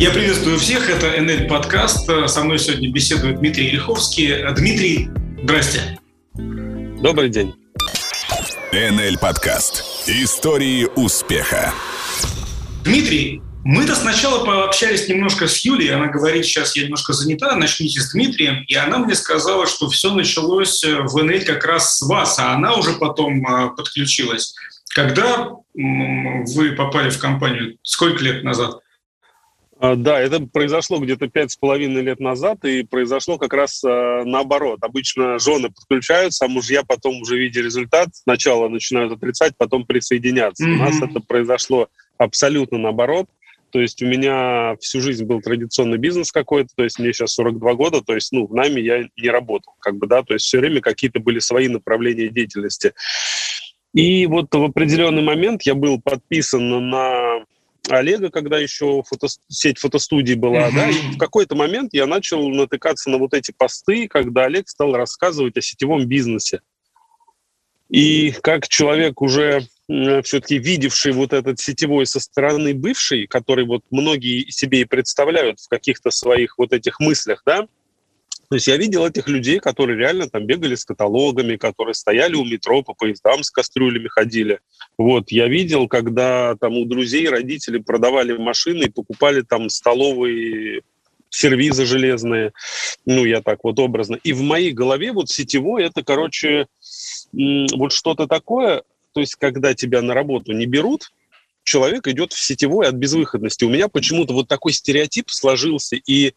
Я приветствую всех, это НЛ подкаст. Со мной сегодня беседует Дмитрий Ольховский. Дмитрий, здрасте. Добрый день. НЛ подкаст. Истории успеха. Дмитрий, мы-то сначала пообщались немножко с Юлей. Она говорит, сейчас я немножко занята, начните с Дмитрием. И она мне сказала, что все началось в НЛ как раз с вас, а она уже потом подключилась. Когда вы попали в компанию? Сколько лет назад? Да, это произошло где-то 5,5 лет назад, и произошло как раз наоборот. Обычно жены подключаются, а мужья потом, уже видя результат, сначала начинают отрицать, потом присоединяться. У нас это произошло абсолютно наоборот. То есть у меня всю жизнь был традиционный бизнес какой-то, то есть мне сейчас 42 года, то есть в найме я не работал, то есть все время какие-то были свои направления деятельности. И вот в определенный момент я был подписан на Олега, когда еще сеть фотостудий была, и в какой-то момент я начал натыкаться на вот эти посты, когда Олег стал рассказывать о сетевом бизнесе. И как человек, уже все-таки видевший вот этот сетевой со стороны бывший, который вот многие себе и представляют в каких-то своих вот этих мыслях, то есть я видел этих людей, которые реально там бегали с каталогами, которые стояли у метро, по поездам с кастрюлями ходили. Я видел, когда там у друзей родители продавали машины и покупали там столовые сервизы железные. Я так вот образно. И в моей голове сетевой это, что-то такое, то есть когда тебя на работу не берут, человек идет в сетевой от безвыходности. У меня почему-то вот такой стереотип сложился, и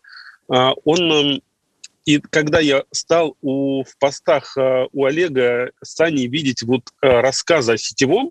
И когда я стал в постах у Олега с Аней видеть рассказы о сетевом,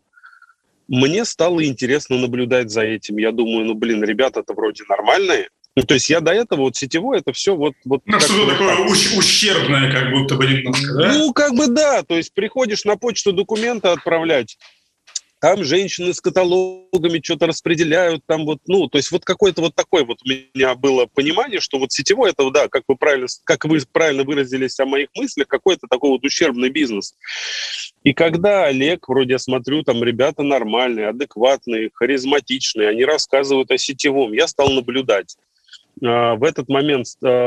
мне стало интересно наблюдать за этим. Я думаю, ребята-то вроде нормальные. То есть я до этого сетевое, это все что-то такое ущербное, как будто бы немножко, да? Да. То есть приходишь на почту документы отправлять, там женщины с каталогами что-то распределяют, то есть какое-то такое у меня было понимание, что сетевой это, как вы правильно выразились о моих мыслях, какой-то такой ущербный бизнес. И когда Олег, вроде я смотрю, там ребята нормальные, адекватные, харизматичные, они рассказывают о сетевом, я стал наблюдать. В этот момент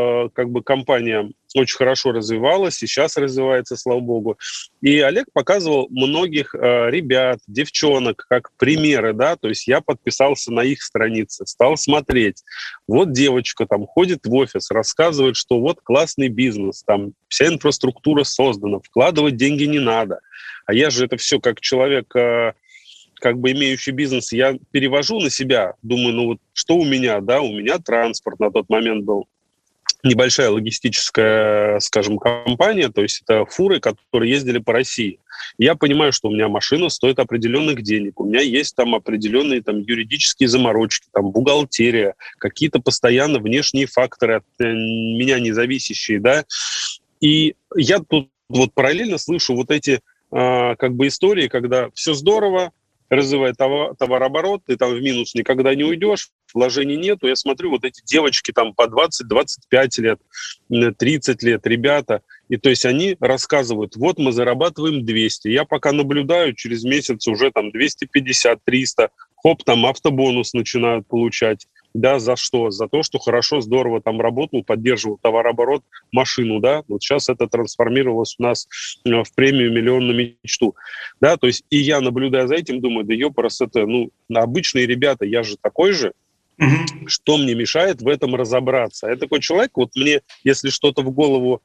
компания очень хорошо развивалась, и сейчас развивается, слава богу. И Олег показывал многих ребят, девчонок, как примеры, то есть я подписался на их страницы, стал смотреть. Девочка там ходит в офис, рассказывает, что классный бизнес, там вся инфраструктура создана, вкладывать деньги не надо. А я же это все как человек... имеющий бизнес, я перевожу на себя, думаю, что у меня, у меня транспорт на тот момент был, небольшая логистическая, компания, то есть это фуры, которые ездили по России. Я понимаю, что у меня машина стоит определенных денег, у меня есть там определенные юридические заморочки, бухгалтерия, какие-то постоянно внешние факторы от меня независящие, и я тут параллельно слышу эти истории, когда все здорово, развивает товарооборот, ты там в минус никогда не уйдешь, вложений нету. Я смотрю, эти девочки там по 20-25 лет, 30 лет, ребята, и то есть они рассказывают, мы зарабатываем 200, я пока наблюдаю, через месяц уже там 250-300, там автобонус начинают получать. За что? За то, что хорошо, здорово там работал, поддерживал товарооборот, машину, сейчас это трансформировалось у нас в премию «Миллион на мечту», то есть и я, наблюдая за этим, думаю, обычные ребята, я же такой же, что мне мешает в этом разобраться? Я такой человек, мне, если что-то в голову,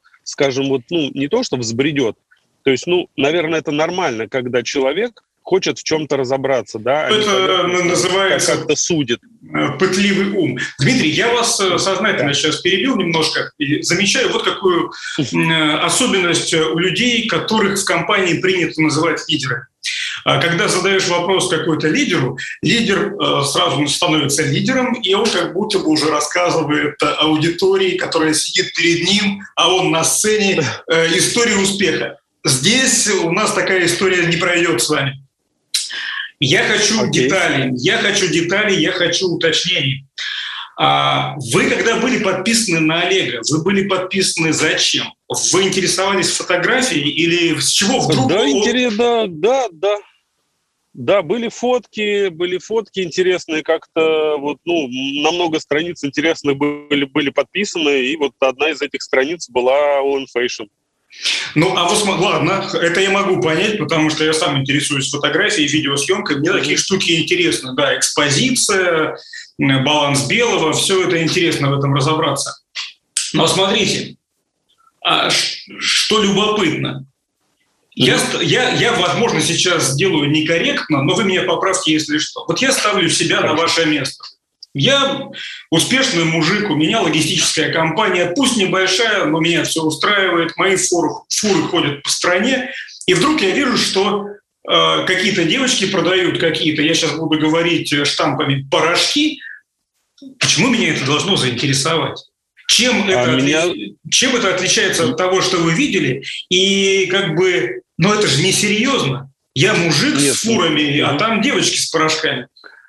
не то, что взбредет, то есть, наверное, это нормально, когда человек хочет в чем-то разобраться, Это называется как-то судит. Пытливый ум. Дмитрий, я вас сознательно сейчас перебил немножко и замечаю какую особенность у людей, которых в компании принято называть лидеры. Когда задаешь вопрос какой-то лидеру, лидер сразу становится лидером, и он как будто бы уже рассказывает аудитории, которая сидит перед ним, а он на сцене, историю успеха. Здесь у нас такая история не пройдет с вами. Я хочу деталей, я хочу уточнений. Вы, когда были подписаны на Олега, вы были подписаны зачем? Вы интересовались фотографией или с чего вдруг? Да. Да, были фотки интересные, как-то вот, ну, на много страниц интересных были подписаны, и вот одна из этих страниц была All in Fashion. Ну, а вот ладно, это я могу понять, потому что я сам интересуюсь фотографией, видеосъемкой, мне такие штуки интересны, да, экспозиция, баланс белого, все это интересно в этом разобраться. Но смотрите, что любопытно. Я, возможно, сейчас сделаю некорректно, но вы меня поправьте, если что. Вот я ставлю себя на ваше место. Я успешный мужик, у меня логистическая компания, пусть небольшая, но меня все устраивает, мои фуры ходят по стране, и вдруг я вижу, что какие-то девочки продают какие-то, я сейчас буду говорить штампами, порошки. Почему меня это должно заинтересовать? Чем это отличается от того, что вы видели? И как бы, ну это же несерьезно. Я мужик с фурами, а там девочки с порошками.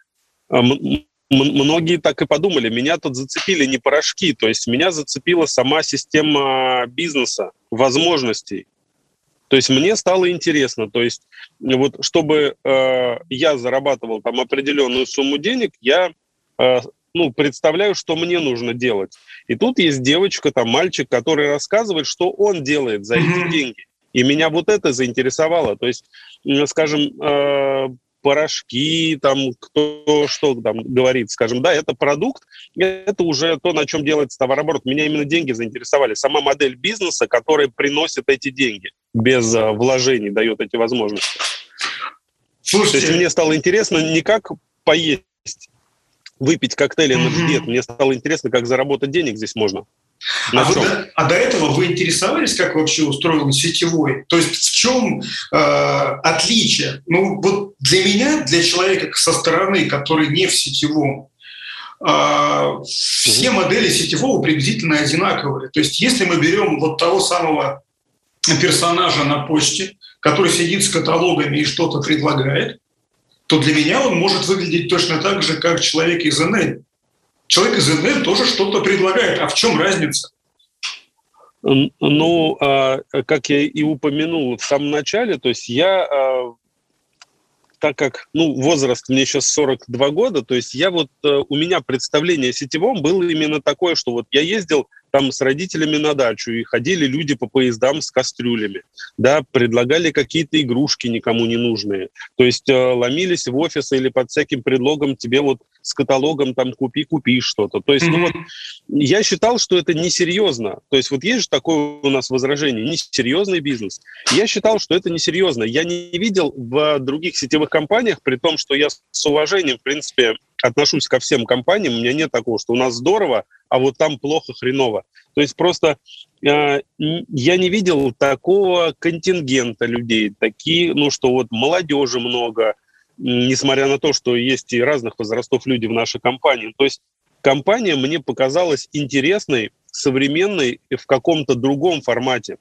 Многие так и подумали. Меня тут зацепили не порошки, то есть меня зацепила сама система бизнеса, возможностей. То есть мне стало интересно. То есть вот чтобы я зарабатывал там определенную сумму денег, я представляю, что мне нужно делать. И тут есть девочка, там мальчик, который рассказывает, что он делает за эти деньги. И меня вот это заинтересовало. То есть, скажем, порошки, там, кто что там говорит, скажем, да, это продукт, это уже то, на чем делается товарооборот. Меня именно деньги заинтересовали. Сама модель бизнеса, которая приносит эти деньги, без вложений дает эти возможности. Слушайте, то есть мне стало интересно не как поесть, выпить коктейли на диет, мне стало интересно, как заработать денег здесь можно. А до этого вы интересовались, как вообще устроен сетевой? То есть в чем отличие? Ну вот для меня, для человека со стороны, который не в сетевом, все модели сетевого приблизительно одинаковые. То есть если мы берем вот того самого персонажа на почте, который сидит с каталогами и что-то предлагает, то для меня он может выглядеть точно так же, как человек из НЛ. Человек из НЛ тоже что-то предлагает. А в чем разница? Ну, как я и упомянул в самом начале, то есть я, так как, возраст мне сейчас 42 года, то есть у меня представление о сетевом было именно такое, что вот я ездил там с родителями на дачу, и ходили люди по поездам с кастрюлями, да, предлагали какие-то игрушки никому не нужные, то есть ломились в офисы или под всяким предлогом тебе вот с каталогом там купи что-то. То есть, я считал, что это несерьезно. То есть вот есть же такое у нас возражение, несерьезный бизнес. Я считал, что это несерьезно. Я не видел в других сетевых компаниях, при том, что я с уважением, в принципе, отношусь ко всем компаниям, у меня нет такого, что у нас здорово, а вот там плохо, хреново. То есть просто я не видел такого контингента людей, что вот молодежи много, несмотря на то, что есть и разных возрастов люди в нашей компании. То есть компания мне показалась интересной, современной и в каком-то другом формате.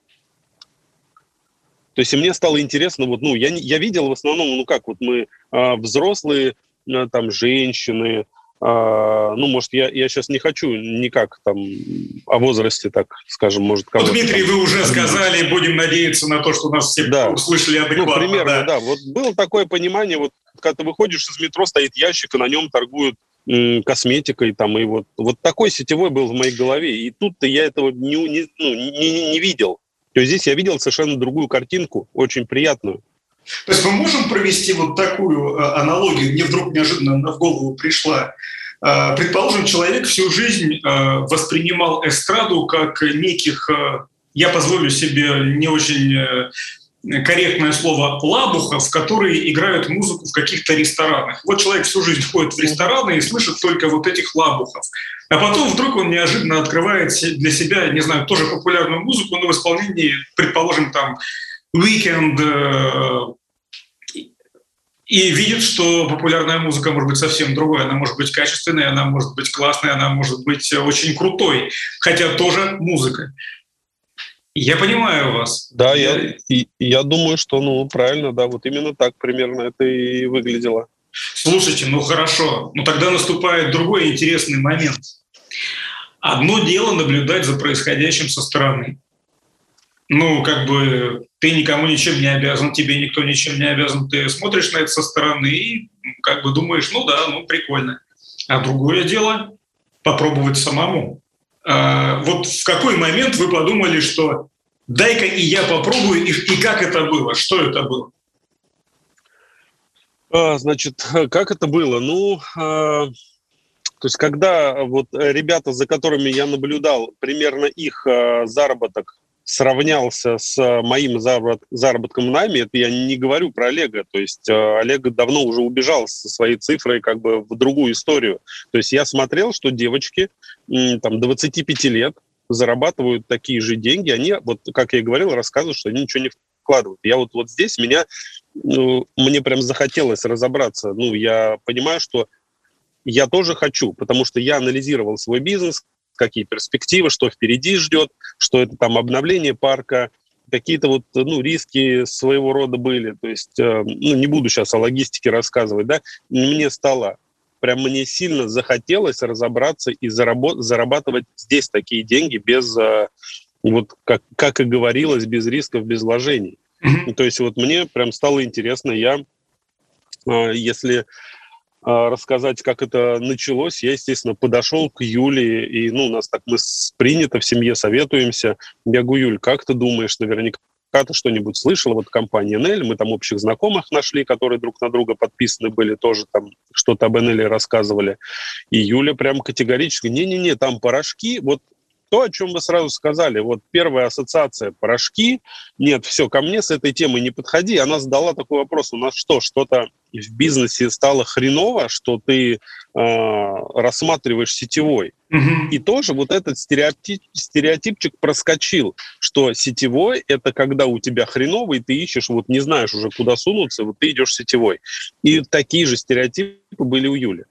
То есть и мне стало интересно, я видел в основном, мы взрослые, там, женщины, может, я сейчас не хочу никак там о возрасте, так скажем, может, кого-то... Дмитрий, вы уже сказали, будем надеяться на то, что нас все услышали адекватно. Примерно, да. Вот было такое понимание, вот когда ты выходишь из метро, стоит ящик, и на нем торгуют косметикой, там, и вот такой сетевой был в моей голове, и тут-то я этого не видел. То есть здесь я видел совершенно другую картинку, очень приятную. То есть мы можем провести вот такую аналогию, мне вдруг неожиданно в голову пришла. Предположим, человек всю жизнь воспринимал эстраду как неких, я позволю себе не очень корректное слово, лабухов, которые играют музыку в каких-то ресторанах. Вот человек всю жизнь ходит в рестораны и слышит только вот этих лабухов. А потом вдруг он неожиданно открывает для себя, не знаю, тоже популярную музыку, но в исполнении, предположим, там, Weekend, и видит, что популярная музыка может быть совсем другой. Она может быть качественной, она может быть классной, она может быть очень крутой, хотя тоже музыка. Я понимаю вас. Да, я думаю, что, правильно, да, вот именно так примерно это и выглядело. Слушайте, хорошо, тогда наступает другой интересный момент. Одно дело наблюдать за происходящим со стороны. Ну, как бы ты никому ничем не обязан, тебе никто ничем не обязан. Ты смотришь на это со стороны и как бы думаешь, ну да, ну прикольно. А другое дело попробовать самому. Вот в какой момент вы подумали, что дай-ка и я попробую, и как это было, что это было? Значит, как это было? Ну, то есть когда вот ребята, за которыми я наблюдал, примерно их заработок сравнялся с моим заработком в найме, это я не говорю про Олега. То есть Олег давно уже убежал со своей цифрой как бы в другую историю. То есть я смотрел, что девочки там 25 лет зарабатывают такие же деньги. Они, вот как я и говорил, рассказывают, что они ничего не вкладывают. Я вот здесь мне прям захотелось разобраться. Ну, я понимаю, что я тоже хочу, потому что я анализировал свой бизнес, какие перспективы, что впереди ждет, что это там обновление парка, какие-то вот, риски своего рода были. То есть, не буду сейчас о логистике рассказывать, да, мне сильно захотелось разобраться и зарабатывать здесь такие деньги без, вот как и говорилось, без рисков, без вложений. То есть вот мне прям стало интересно, если рассказать, как это началось, я, естественно, подошел к Юле, и, у нас так мы принято в семье, советуемся. Я говорю: Юль, как ты думаешь, наверняка ты что-нибудь слышала, вот компания НЛ, мы там общих знакомых нашли, которые друг на друга подписаны были, тоже там что-то об НЛ рассказывали. И Юля прям категорически: не-не-не, там порошки, вот то, о чем вы сразу сказали, вот первая ассоциация — порошки. Нет, все, ко мне с этой темой не подходи. Она задала такой вопрос: у нас что-то в бизнесе стало хреново, что ты рассматриваешь сетевой. И тоже вот этот стереотипчик проскочил, что сетевой — это когда у тебя хреново, и ты ищешь, вот не знаешь уже, куда сунуться, вот ты идешь сетевой. И такие же стереотипы были у Юли.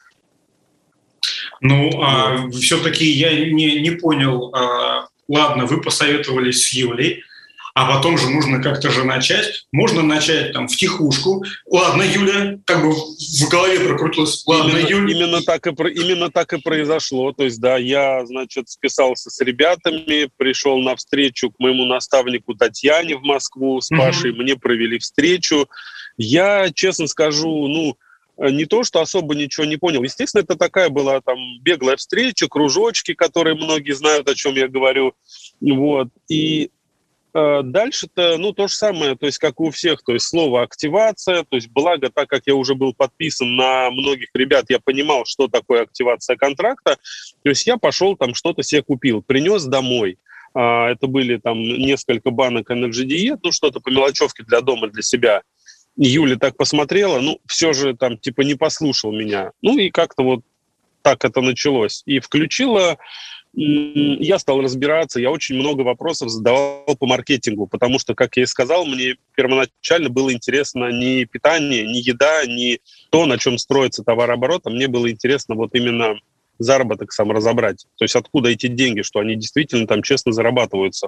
Все-таки я не понял. Ладно, вы посоветовались с Юлей, а потом же нужно как-то же начать. Можно начать там втихушку. Ладно, Юля, как бы в голове прокрутилось. Ладно, Юля. Именно так и произошло. То есть, да, я, значит, списался с ребятами, пришел на встречу к моему наставнику Татьяне в Москву с Пашей. Мне провели встречу. Я, честно скажу, не то, что особо ничего не понял. Естественно, это такая была там беглая встреча, кружочки, которые многие знают, о чем я говорю. Вот. И дальше-то, то же самое, то есть как у всех, то есть слово активация, то есть благо, так как я уже был подписан на многих ребят, я понимал, что такое активация контракта, то есть я пошел там что-то себе купил, принес домой. Это были там несколько банок Energy Diet, что-то по мелочевке для дома, для себя. Юля так посмотрела, все же там типа не послушал меня. И как-то вот так это началось. И включила, я стал разбираться, я очень много вопросов задавал по маркетингу, потому что, как я и сказал, мне первоначально было интересно не питание, не еда, не то, на чем строится товарооборот, а мне было интересно вот именно заработок сам разобрать. То есть откуда эти деньги, что они действительно там честно зарабатываются.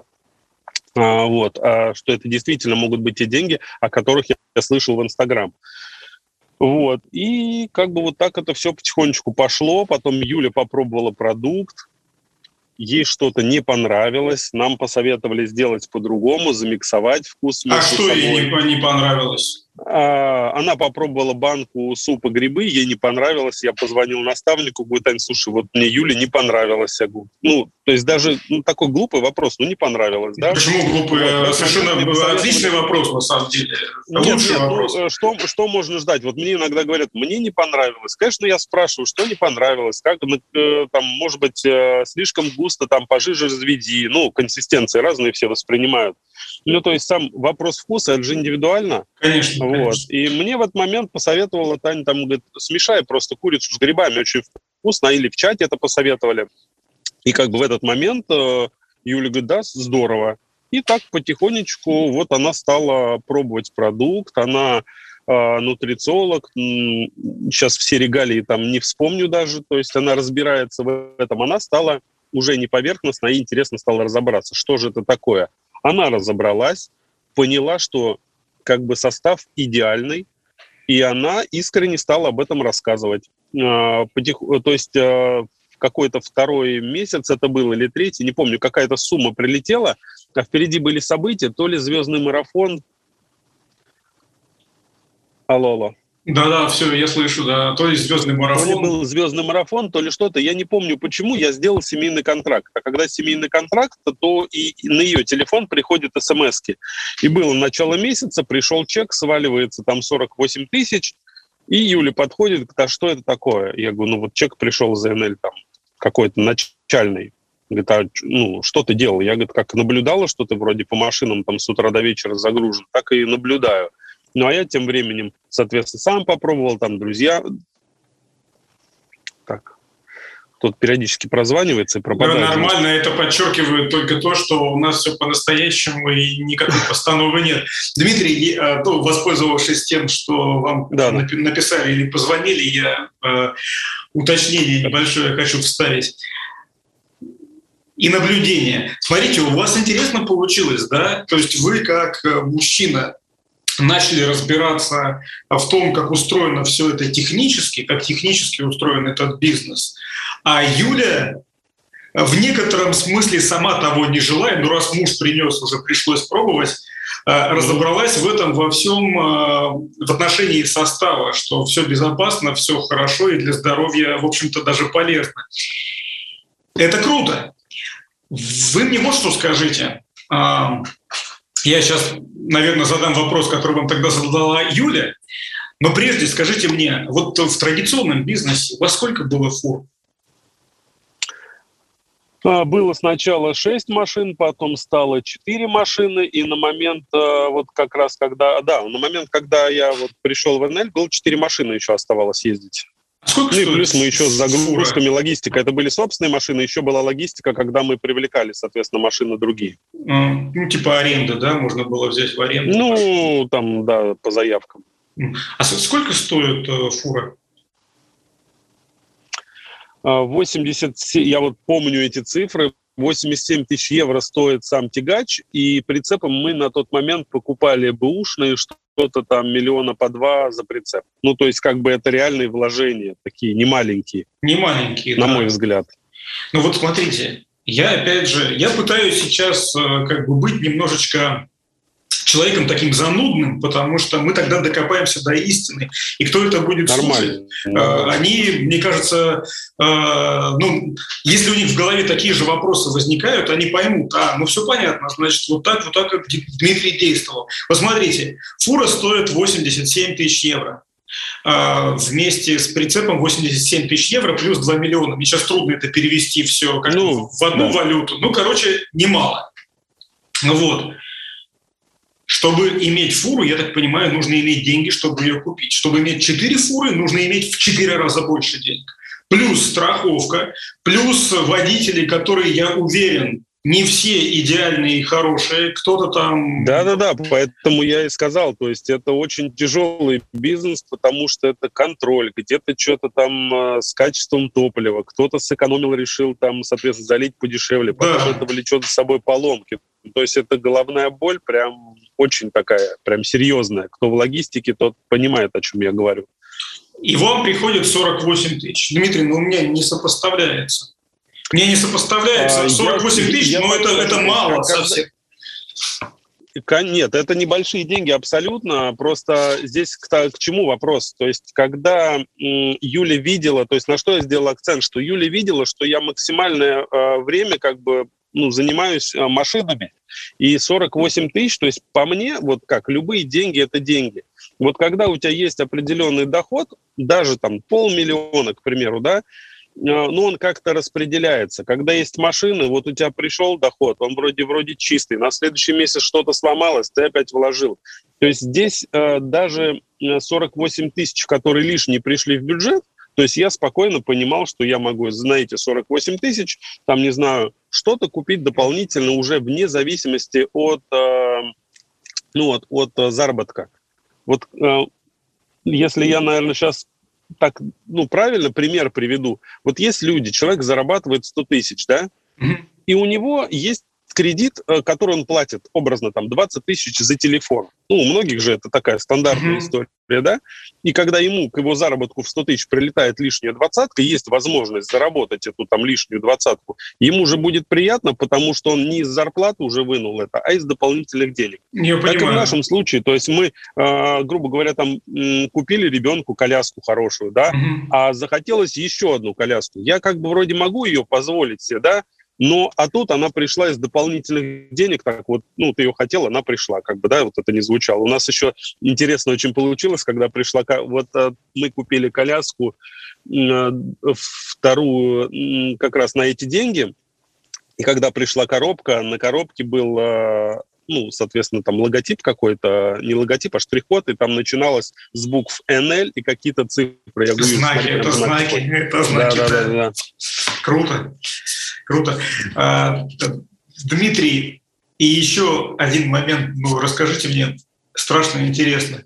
Что это действительно могут быть те деньги, о которых я слышал в Инстаграм. Вот. И как бы вот так это все потихонечку пошло. Потом Юля попробовала продукт. Ей что-то не понравилось. Нам посоветовали сделать по-другому, замиксовать вкус. А что ей не понравилось? Она попробовала банку супа грибы, ей не понравилось. Я позвонил наставнику, говорю: Тань, слушай, вот мне Юля не понравилось. Я говорю, то есть даже такой глупый вопрос, не понравилось. Да? Почему глупый? Совершенно отличный вопрос, на самом деле. Лучший вопрос. Что можно ждать? Вот мне иногда говорят: мне не понравилось. Конечно, я спрашиваю, что не понравилось, как там, может быть, слишком густо, там, пожиже разведи. консистенции разные все воспринимают. То есть сам вопрос вкуса, это же индивидуально. Конечно. Вот. И мне в этот момент посоветовала Таня, говорит: смешай просто курицу с грибами, очень вкусно. Или в чате это посоветовали. И как бы в этот момент Юля говорит: да, здорово. И так потихонечку вот она стала пробовать продукт, она нутрициолог, сейчас все регалии там не вспомню даже, то есть она разбирается в этом, она стала уже не поверхностно, а интересно стала разобраться, что же это такое. Она разобралась, поняла, что как бы состав идеальный, и она искренне стала об этом рассказывать. То есть в какой-то второй месяц это был или третий, не помню, какая-то сумма прилетела, а впереди были события, то ли «Звездный марафон». Алло. Да, все, я слышу, да. То есть «Звездный марафон». То ли был «Звездный марафон», то ли что-то. Я не помню, почему я сделал семейный контракт. А когда семейный контракт, то и на ее телефон приходят смс-ки. И было начало месяца, пришел чек, сваливается там 48 тысяч, и Юля подходит, говорит, а что это такое? Я говорю, ну вот чек пришел за НЛ там какой-то начальный. Говорит, а что ты делал? Я, говорит, как наблюдала, что ты вроде по машинам там с утра до вечера загружен, так и наблюдаю. Ну, а я тем временем, соответственно, сам попробовал, там, друзья... Так, тут периодически прозванивается и пропадает. Да, нормально, это подчеркивает только то, что у нас все по-настоящему и никакой постановы нет. Дмитрий, воспользовавшись тем, что вам написали или позвонили, я уточнение небольшое хочу вставить. И наблюдение. Смотрите, у вас интересно получилось, да? То есть вы как мужчина начали разбираться в том, как устроено все это технически, как технически устроен этот бизнес. А Юля в некотором смысле, сама того не желая, но раз муж принес, уже пришлось пробовать, разобралась в этом во всем в отношении состава, что все безопасно, все хорошо и для здоровья, в общем-то, даже полезно. Это круто. Вы мне вот что скажите. Я сейчас, наверное, задам вопрос, который вам тогда задала Юля. Но прежде скажите мне, вот в традиционном бизнесе во сколько было фур? Было сначала 6 машин, потом стало 4 машины, и на момент вот как раз на момент, когда я вот пришел в НЛ, было 4 машины еще оставалось ездить. Сколько и плюс мы еще с загрузками, логистика. Это были собственные машины, еще была логистика, когда мы привлекали, соответственно, машины другие. Типа аренда, да? Можно было взять в аренду? Там, да, по заявкам. А сколько стоит фура? 87, я вот помню эти цифры, 87 тысяч евро стоит сам тягач, и прицепом мы на тот момент покупали бэушные, что-то там 2 миллиона за прицеп. То есть как бы это реальные вложения, такие немаленькие. Немаленькие, на мой взгляд. Ну вот смотрите, я пытаюсь сейчас как бы быть немножечко человеком таким занудным, потому что мы тогда докопаемся до истины. И кто это будет слушать? Они, мне кажется, если у них в голове такие же вопросы возникают, они поймут, все понятно, значит, вот так как Дмитрий действовал. Посмотрите, фура стоит 87 тысяч евро. Вместе с прицепом 87 тысяч евро плюс 2 миллиона. Мне сейчас трудно это перевести все как в одну валюту. Немало. Вот. Чтобы иметь фуру, я так понимаю, нужно иметь деньги, чтобы ее купить. Чтобы иметь 4 фуры, нужно иметь в 4 раза больше денег. Плюс страховка, плюс водители, которые, я уверен, не все идеальные и хорошие, кто-то там... Да, поэтому я и сказал, то есть это очень тяжелый бизнес, потому что это контроль, где-то что-то там с качеством топлива, кто-то сэкономил, решил там, соответственно, залить подешевле, потом это влечет за собой поломки. То есть это головная боль прям очень такая, прям серьезная. Кто в логистике, тот понимает, о чем я говорю. И вам приходит 48 тысяч. Дмитрий, у меня не сопоставляется. Мне не сопоставляется 48 тысяч, но это мало совсем. Нет, это небольшие деньги абсолютно. Просто здесь к чему вопрос? То есть когда Юля видела, то есть на что я сделал акцент, что Юля видела, что я максимальное время как бы занимаюсь машинами, и 48 тысяч, то есть по мне, вот как, любые деньги – это деньги. Вот когда у тебя есть определенный доход, даже там 500 000, к примеру, да, он как-то распределяется. Когда есть машины, вот у тебя пришел доход, он вроде чистый, на следующий месяц что-то сломалось, ты опять вложил. То есть здесь даже 48 тысяч, которые лишние пришли в бюджет, то есть я спокойно понимал, что я могу за эти 48 тысяч, там, не знаю, что-то купить дополнительно уже вне зависимости от заработка. Вот если я, наверное, сейчас так, правильно пример приведу. Вот есть люди, человек зарабатывает 100 тысяч, да, и у него есть кредит, который он платит образно, там, 20 тысяч за телефон. у многих же это такая стандартная история, да, и когда ему к его заработку в 100 тысяч прилетает лишняя 20-ка, есть возможность заработать эту там лишнюю 20-ку, ему же будет приятно, потому что он не из зарплаты уже вынул это, а из дополнительных денег. Я так понимаю. И в нашем случае, то есть мы, грубо говоря, там купили ребенку коляску хорошую, да, а захотелось еще одну коляску. Я как бы вроде могу ее позволить себе, да, но а тут она пришла из дополнительных денег, так вот, ты ее хотел, она пришла, как бы, да, вот это не звучало. У нас еще интересно очень получилось, когда пришла, вот мы купили коляску вторую как раз на эти деньги, и когда пришла коробка, на коробке был, соответственно, там логотип какой-то, не логотип, а штрих-код, и там начиналось с букв НЛ и какие-то цифры. Я говорю, знаки, это знаки, да. Круто. Дмитрий, и еще один момент, расскажите мне, страшно интересно.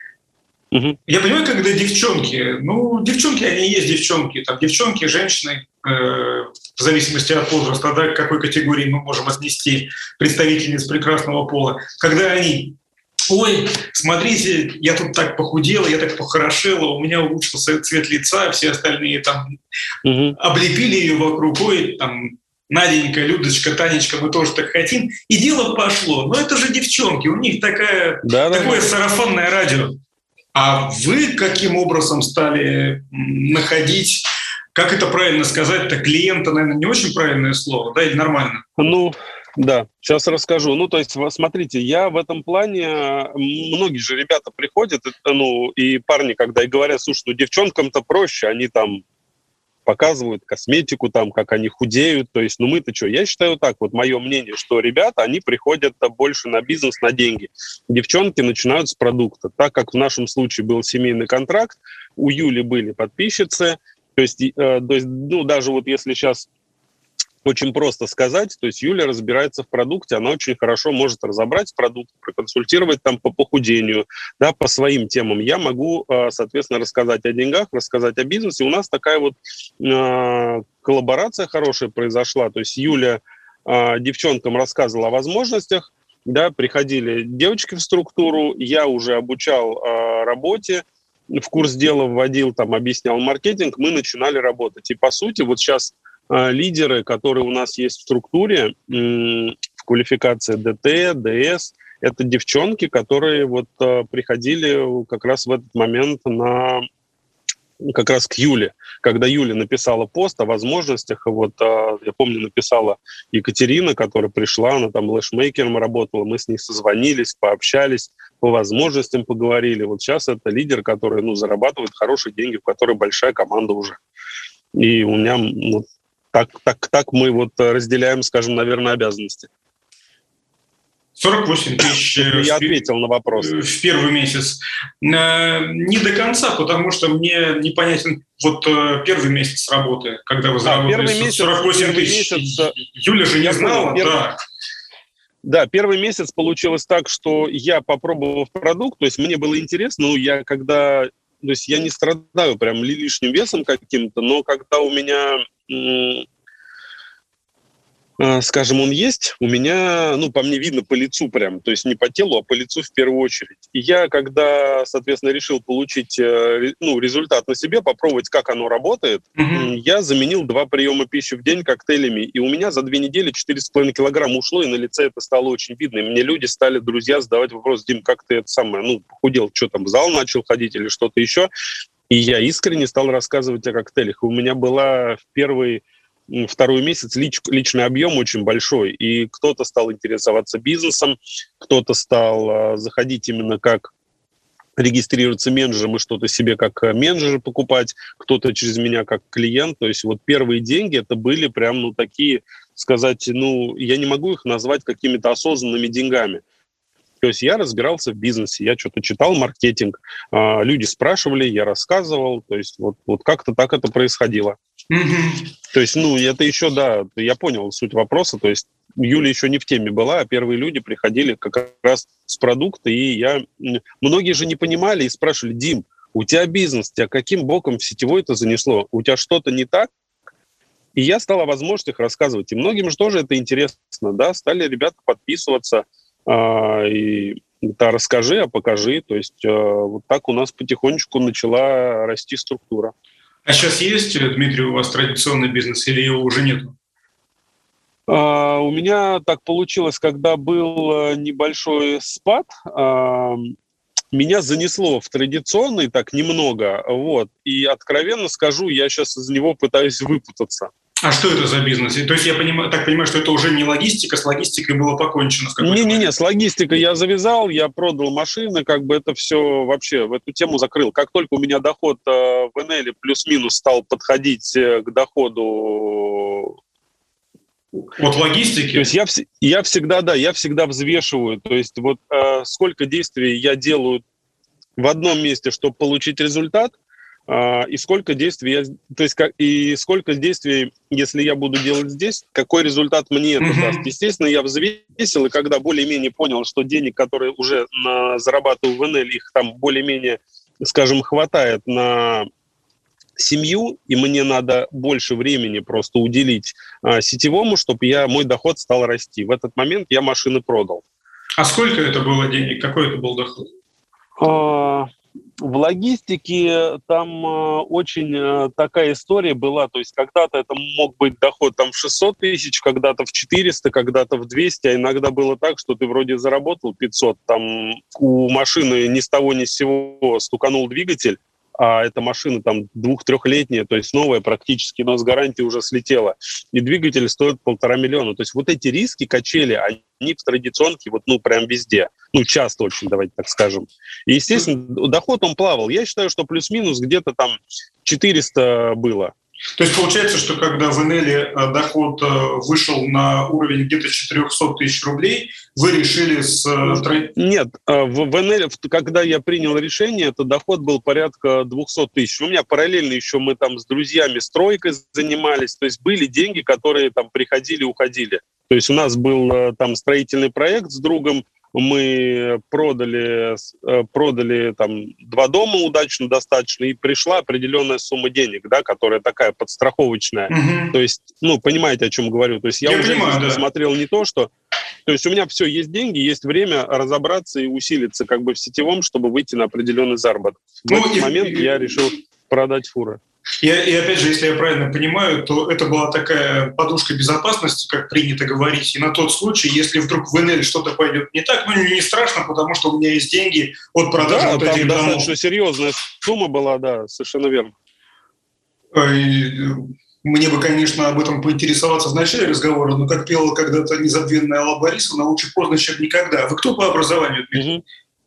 Я понимаю, когда девчонки, они и есть девчонки. Там девчонки, женщины, в зависимости от возраста, да, к какой категории мы можем отнести представительниц прекрасного пола. Когда они: ой, смотрите, я тут так похудела, я так похорошела, у меня улучшился цвет лица, все остальные там облепили ее вокруг, ой, там, Наденька, Людочка, Танечка, мы тоже так хотим. И дело пошло. Но это же девчонки, у них такое сарафанное радио. А вы каким образом стали находить, как это правильно сказать-то, клиента, наверное, не очень правильное слово, да, или нормально? Да, сейчас расскажу. То есть, смотрите, я в этом плане, многие же ребята приходят, и парни, когда и говорят, слушай, девчонкам-то проще, они там показывают косметику, там, как они худеют, то есть, мы-то что? Я считаю так, вот мое мнение, что ребята, они приходят больше на бизнес, на деньги. Девчонки начинают с продукта. Так как в нашем случае был семейный контракт, у Юли были подписчицы, то есть даже вот если сейчас очень просто сказать, то есть Юля разбирается в продукте, она очень хорошо может разобрать продукт, проконсультировать там по похудению, да, по своим темам. Я могу, соответственно, рассказать о деньгах, рассказать о бизнесе. У нас такая вот коллаборация хорошая произошла, то есть Юля девчонкам рассказывала о возможностях, да, приходили девочки в структуру, я уже обучал работе, в курс дела вводил, там, объяснял маркетинг, мы начинали работать. И, по сути, вот сейчас лидеры, которые у нас есть в структуре, в квалификации ДТ, ДС, это девчонки, которые вот приходили как раз в этот момент как раз к Юле. Когда Юля написала пост о возможностях, я помню, написала Екатерина, которая пришла, она там лэшмейкером работала, мы с ней созвонились, пообщались, по возможностям поговорили. Вот сейчас это лидер, который, зарабатывает хорошие деньги, в которой большая команда уже. И у меня так мы разделяем, скажем, наверное, обязанности. 48 тысяч я ответил на вопрос. В первый месяц. Не до конца, потому что мне непонятен первый месяц работы, когда вы заработали 48 тысяч. Юля же не знала, Да, первый месяц получилось так, что я, попробовав продукт, то есть мне было интересно, то есть я не страдаю прям лишним весом каким-то, но когда у меня, скажем, он есть, у меня, по мне видно по лицу прям, то есть не по телу, а по лицу в первую очередь. И я, когда, соответственно, решил получить результат на себе, попробовать, как оно работает, я заменил 2 приема пищи в день коктейлями, и у меня за 2 недели 4,5 килограмма ушло, и на лице это стало очень видно. И мне люди стали, друзья, задавать вопрос: Дим, как ты похудел, что там, в зал начал ходить или что-то еще? И я искренне стал рассказывать о коктейлях. И у меня была второй месяц личный объем очень большой, и кто-то стал интересоваться бизнесом, кто-то стал заходить именно как регистрироваться менеджером и что-то себе как менеджер покупать, кто-то через меня как клиент. То есть первые деньги это были прям такие, сказать, я не могу их назвать какими-то осознанными деньгами. То есть я разбирался в бизнесе, я что-то читал маркетинг, люди спрашивали, я рассказывал, то есть вот как-то так это происходило. То есть, это еще, да, я понял суть вопроса, то есть Юля еще не в теме была, а первые люди приходили как раз с продукта, и многие же не понимали и спрашивали: Дим, у тебя бизнес, тебя каким боком в сетевой это занесло, у тебя что-то не так? И я стал о возможностях рассказывать, и многим же тоже это интересно, да, стали ребята подписываться, и Да, расскажи, а покажи. То есть вот так у нас потихонечку начала расти структура. А сейчас есть, Дмитрий, у вас традиционный бизнес или его уже нет? У меня так получилось, когда был небольшой спад, меня занесло в традиционный так немного, вот. И откровенно скажу, я сейчас из него пытаюсь выпутаться. А что это за бизнес? То есть я так понимаю, что это уже не логистика, с логистикой было покончено. Не-не-не, с логистикой я завязал, я продал машины, как бы это все вообще в эту тему закрыл. Как только у меня доход в НЛ плюс-минус стал подходить к доходу от логистики? То есть я всегда взвешиваю, то есть вот сколько действий я делаю в одном месте, чтобы получить результат, и сколько действий сколько действий, если я буду делать здесь, какой результат мне это даст. Естественно, я взвесил, и когда более-менее понял, что денег, которые уже зарабатываю в НЛ, их там более-менее, скажем, хватает на семью, и мне надо больше времени просто уделить сетевому, чтобы мой доход стал расти. В этот момент я машины продал. А сколько это было денег? Какой это был доход? В логистике там очень такая история была, то есть когда-то это мог быть доход там в 600 тысяч, когда-то в 400, когда-то в 200, а иногда было так, что ты вроде заработал 500, там у машины ни с того ни с сего стуканул двигатель, а эта машина там 2-3-летняя, то есть новая практически, но с гарантией уже слетела. И двигатель стоит 1,5 миллиона. То есть вот эти риски, качели, они в традиционке прям везде. Часто очень, давайте так скажем. И, естественно, доход он плавал. Я считаю, что плюс-минус где-то там 400 было. То есть получается, что когда в НЛ доход вышел на уровень где-то 400 тысяч рублей, вы решили Нет, в НЛ, когда я принял решение, то доход был порядка 200 тысяч. У меня параллельно еще мы там с друзьями стройкой занимались, то есть были деньги, которые там приходили, уходили. То есть у нас был там строительный проект с другом, мы продали там 2 дома удачно достаточно, и пришла определенная сумма денег, да, которая такая подстраховочная. То есть, понимаете, о чем говорю. То есть я уже посмотрел не то, что... То есть у меня все, есть деньги, есть время разобраться и усилиться как бы в сетевом, чтобы выйти на определенный заработок. В этот момент я решил продать фуры. И опять же, если я правильно понимаю, то это была такая подушка безопасности, как принято говорить, и на тот случай, если вдруг в НЛ что-то пойдет не так, не страшно, потому что у меня есть деньги от продажи вот этих домов. Там достаточно серьезная сумма была, да, совершенно верно. Мне бы, конечно, об этом поинтересоваться в начале разговора, но как пела когда-то незабвенная Алла Борисовна, лучше поздно, чем никогда. Вы кто по образованию, Дмитрий?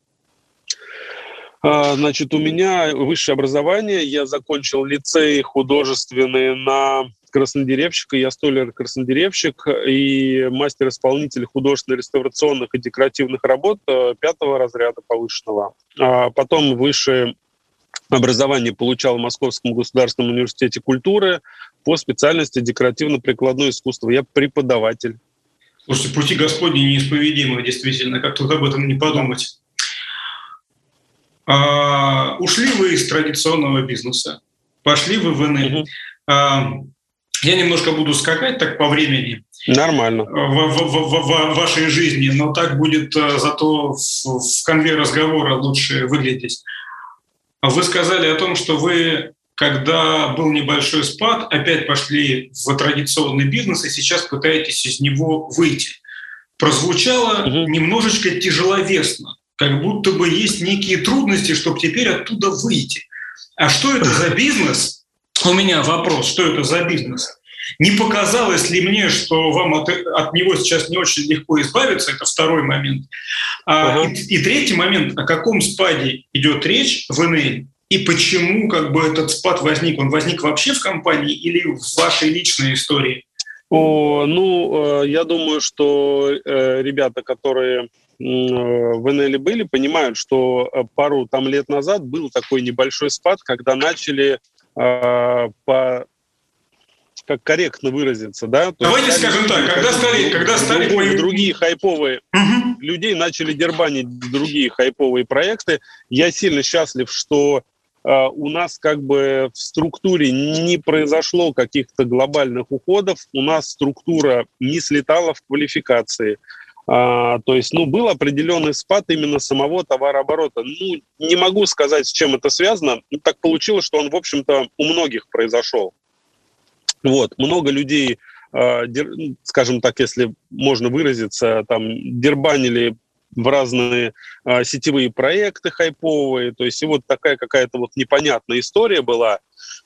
Значит, у меня высшее образование. Я закончил лицей художественный на краснодеревщика. Я столяр-краснодеревщик и мастер-исполнитель художественно-реставрационных и декоративных работ 5-го разряда повышенного. Потом высшее образование получал в Московском государственном университете культуры по специальности декоративно-прикладное искусство. Я преподаватель. Слушайте, пути Господни неисповедимы, действительно, как тут об этом не подумать. Ушли вы из традиционного бизнеса, пошли вы в НЛ. Я немножко буду скакать так по времени. Нормально. В вашей жизни, но так будет зато в конве разговора лучше выглядеть. Вы сказали о том, что вы, когда был небольшой спад, опять пошли в традиционный бизнес и сейчас пытаетесь из него выйти. Прозвучало немножечко тяжеловесно, как будто бы есть некие трудности, чтобы теперь оттуда выйти. А что это за бизнес? У меня вопрос, что это за бизнес? Не показалось ли мне, что вам от него сейчас не очень легко избавиться? Это второй момент. И третий момент, о каком спаде идет речь в НЛ? И почему этот спад возник? Он возник вообще в компании или в вашей личной истории? Я думаю, что ребята, которые в НЛ были, понимают, что пару лет назад был такой небольшой спад, когда начали как корректно выразиться, да? Давайте скажем так, когда стали другие хайповые людей начали дербанить другие хайповые проекты. Я сильно счастлив, что у нас в структуре не произошло каких-то глобальных уходов, у нас структура не слетала в квалификации. То есть, был определенный спад именно самого товарооборота. Не могу сказать, с чем это связано. Так получилось, что он, в общем-то, у многих произошел. Много людей, скажем так, если можно выразиться, там, дербанили в разные сетевые проекты хайповые. То есть, и вот такая какая-то вот непонятная история была.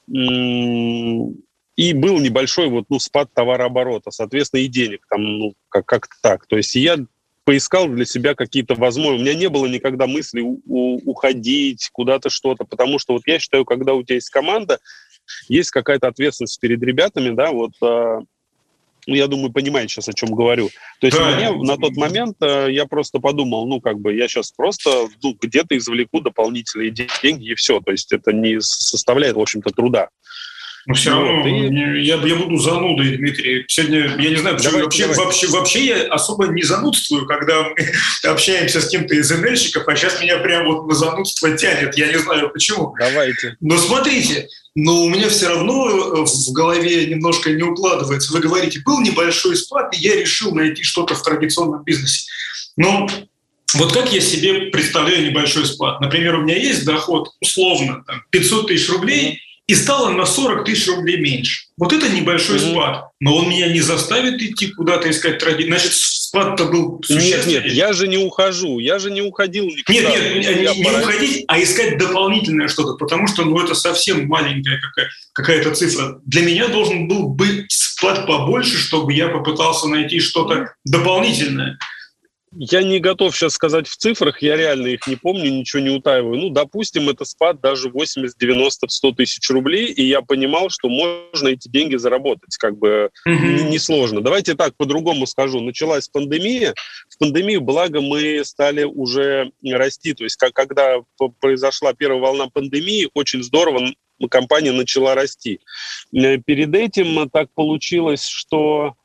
И был небольшой спад товарооборота, соответственно, и денег там, как-то так. То есть я поискал для себя какие-то возможности. У меня не было никогда мысли уходить куда-то что-то, потому что я считаю, когда у тебя есть команда, есть какая-то ответственность перед ребятами, да, я думаю, понимаете сейчас, о чем говорю. То есть мне на тот момент я просто подумал, я сейчас просто где-то извлеку дополнительные деньги и все. То есть это не составляет, в общем-то, труда. Но все равно я буду занудой, Дмитрий. Сегодня, я не знаю, почему вообще я особо не занудствую, когда мы общаемся с кем-то из НЛьщиков, а сейчас меня прям на занудство тянет. Я не знаю, почему. Давайте. Но смотрите, у меня все равно в голове немножко не укладывается. Вы говорите, был небольшой спад, и я решил найти что-то в традиционном бизнесе. Но как я себе представляю небольшой спад? Например, у меня есть доход, условно, 500 тысяч рублей, и стало на 40 тысяч рублей меньше. Вот это небольшой спад. Но он меня не заставит идти куда-то искать традиции. Значит, спад-то был существенный. Нет, я же не ухожу. Я же не уходил никуда. Не уходить, а искать дополнительное что-то. Потому что это совсем маленькая какая-то цифра. Для меня должен был быть спад побольше, чтобы я попытался найти что-то дополнительное. Я не готов сейчас сказать в цифрах, я реально их не помню, ничего не утаиваю. Допустим, это спад даже 80, 90, 100 тысяч рублей, и я понимал, что можно эти деньги заработать, несложно. Давайте так, по-другому скажу. Началась пандемия. В пандемию, благо, мы стали уже расти. То есть, когда произошла первая волна пандемии, очень здорово компания начала расти. Перед этим так получилось, что...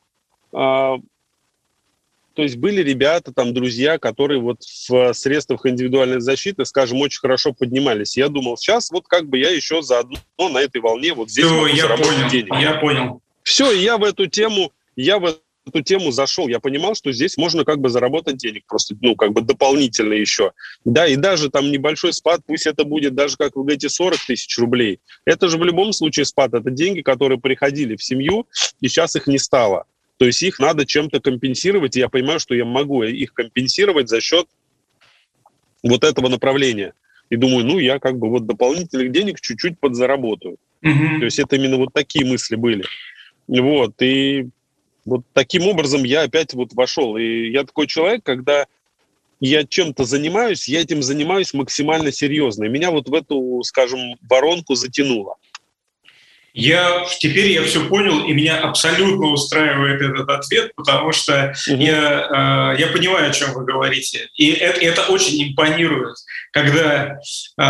То есть были ребята, друзья, которые в средствах индивидуальной защиты, скажем, очень хорошо поднимались. Я думал, сейчас я еще заодно на этой волне здесь могу заработать денег. Я понял. Все, и я в эту тему зашел. Я понимал, что здесь можно заработать денег просто, дополнительно еще. Да, и даже небольшой спад, пусть это будет даже, как вы говорите, 40 тысяч рублей. Это же в любом случае спад. Это деньги, которые приходили в семью, и сейчас их не стало. То есть их надо чем-то компенсировать, и я понимаю, что я могу их компенсировать за счет этого направления. И думаю, я дополнительных денег чуть-чуть подзаработаю. То есть это именно такие мысли были. И таким образом я опять вошел. И я такой человек, когда я чем-то занимаюсь, я этим занимаюсь максимально серьезно. И меня в эту, скажем, воронку затянуло. Теперь я все понял, и меня абсолютно устраивает этот ответ, потому что я понимаю, о чем вы говорите. И это очень импонирует, когда,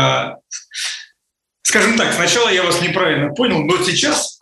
скажем так, сначала я вас неправильно понял, но сейчас,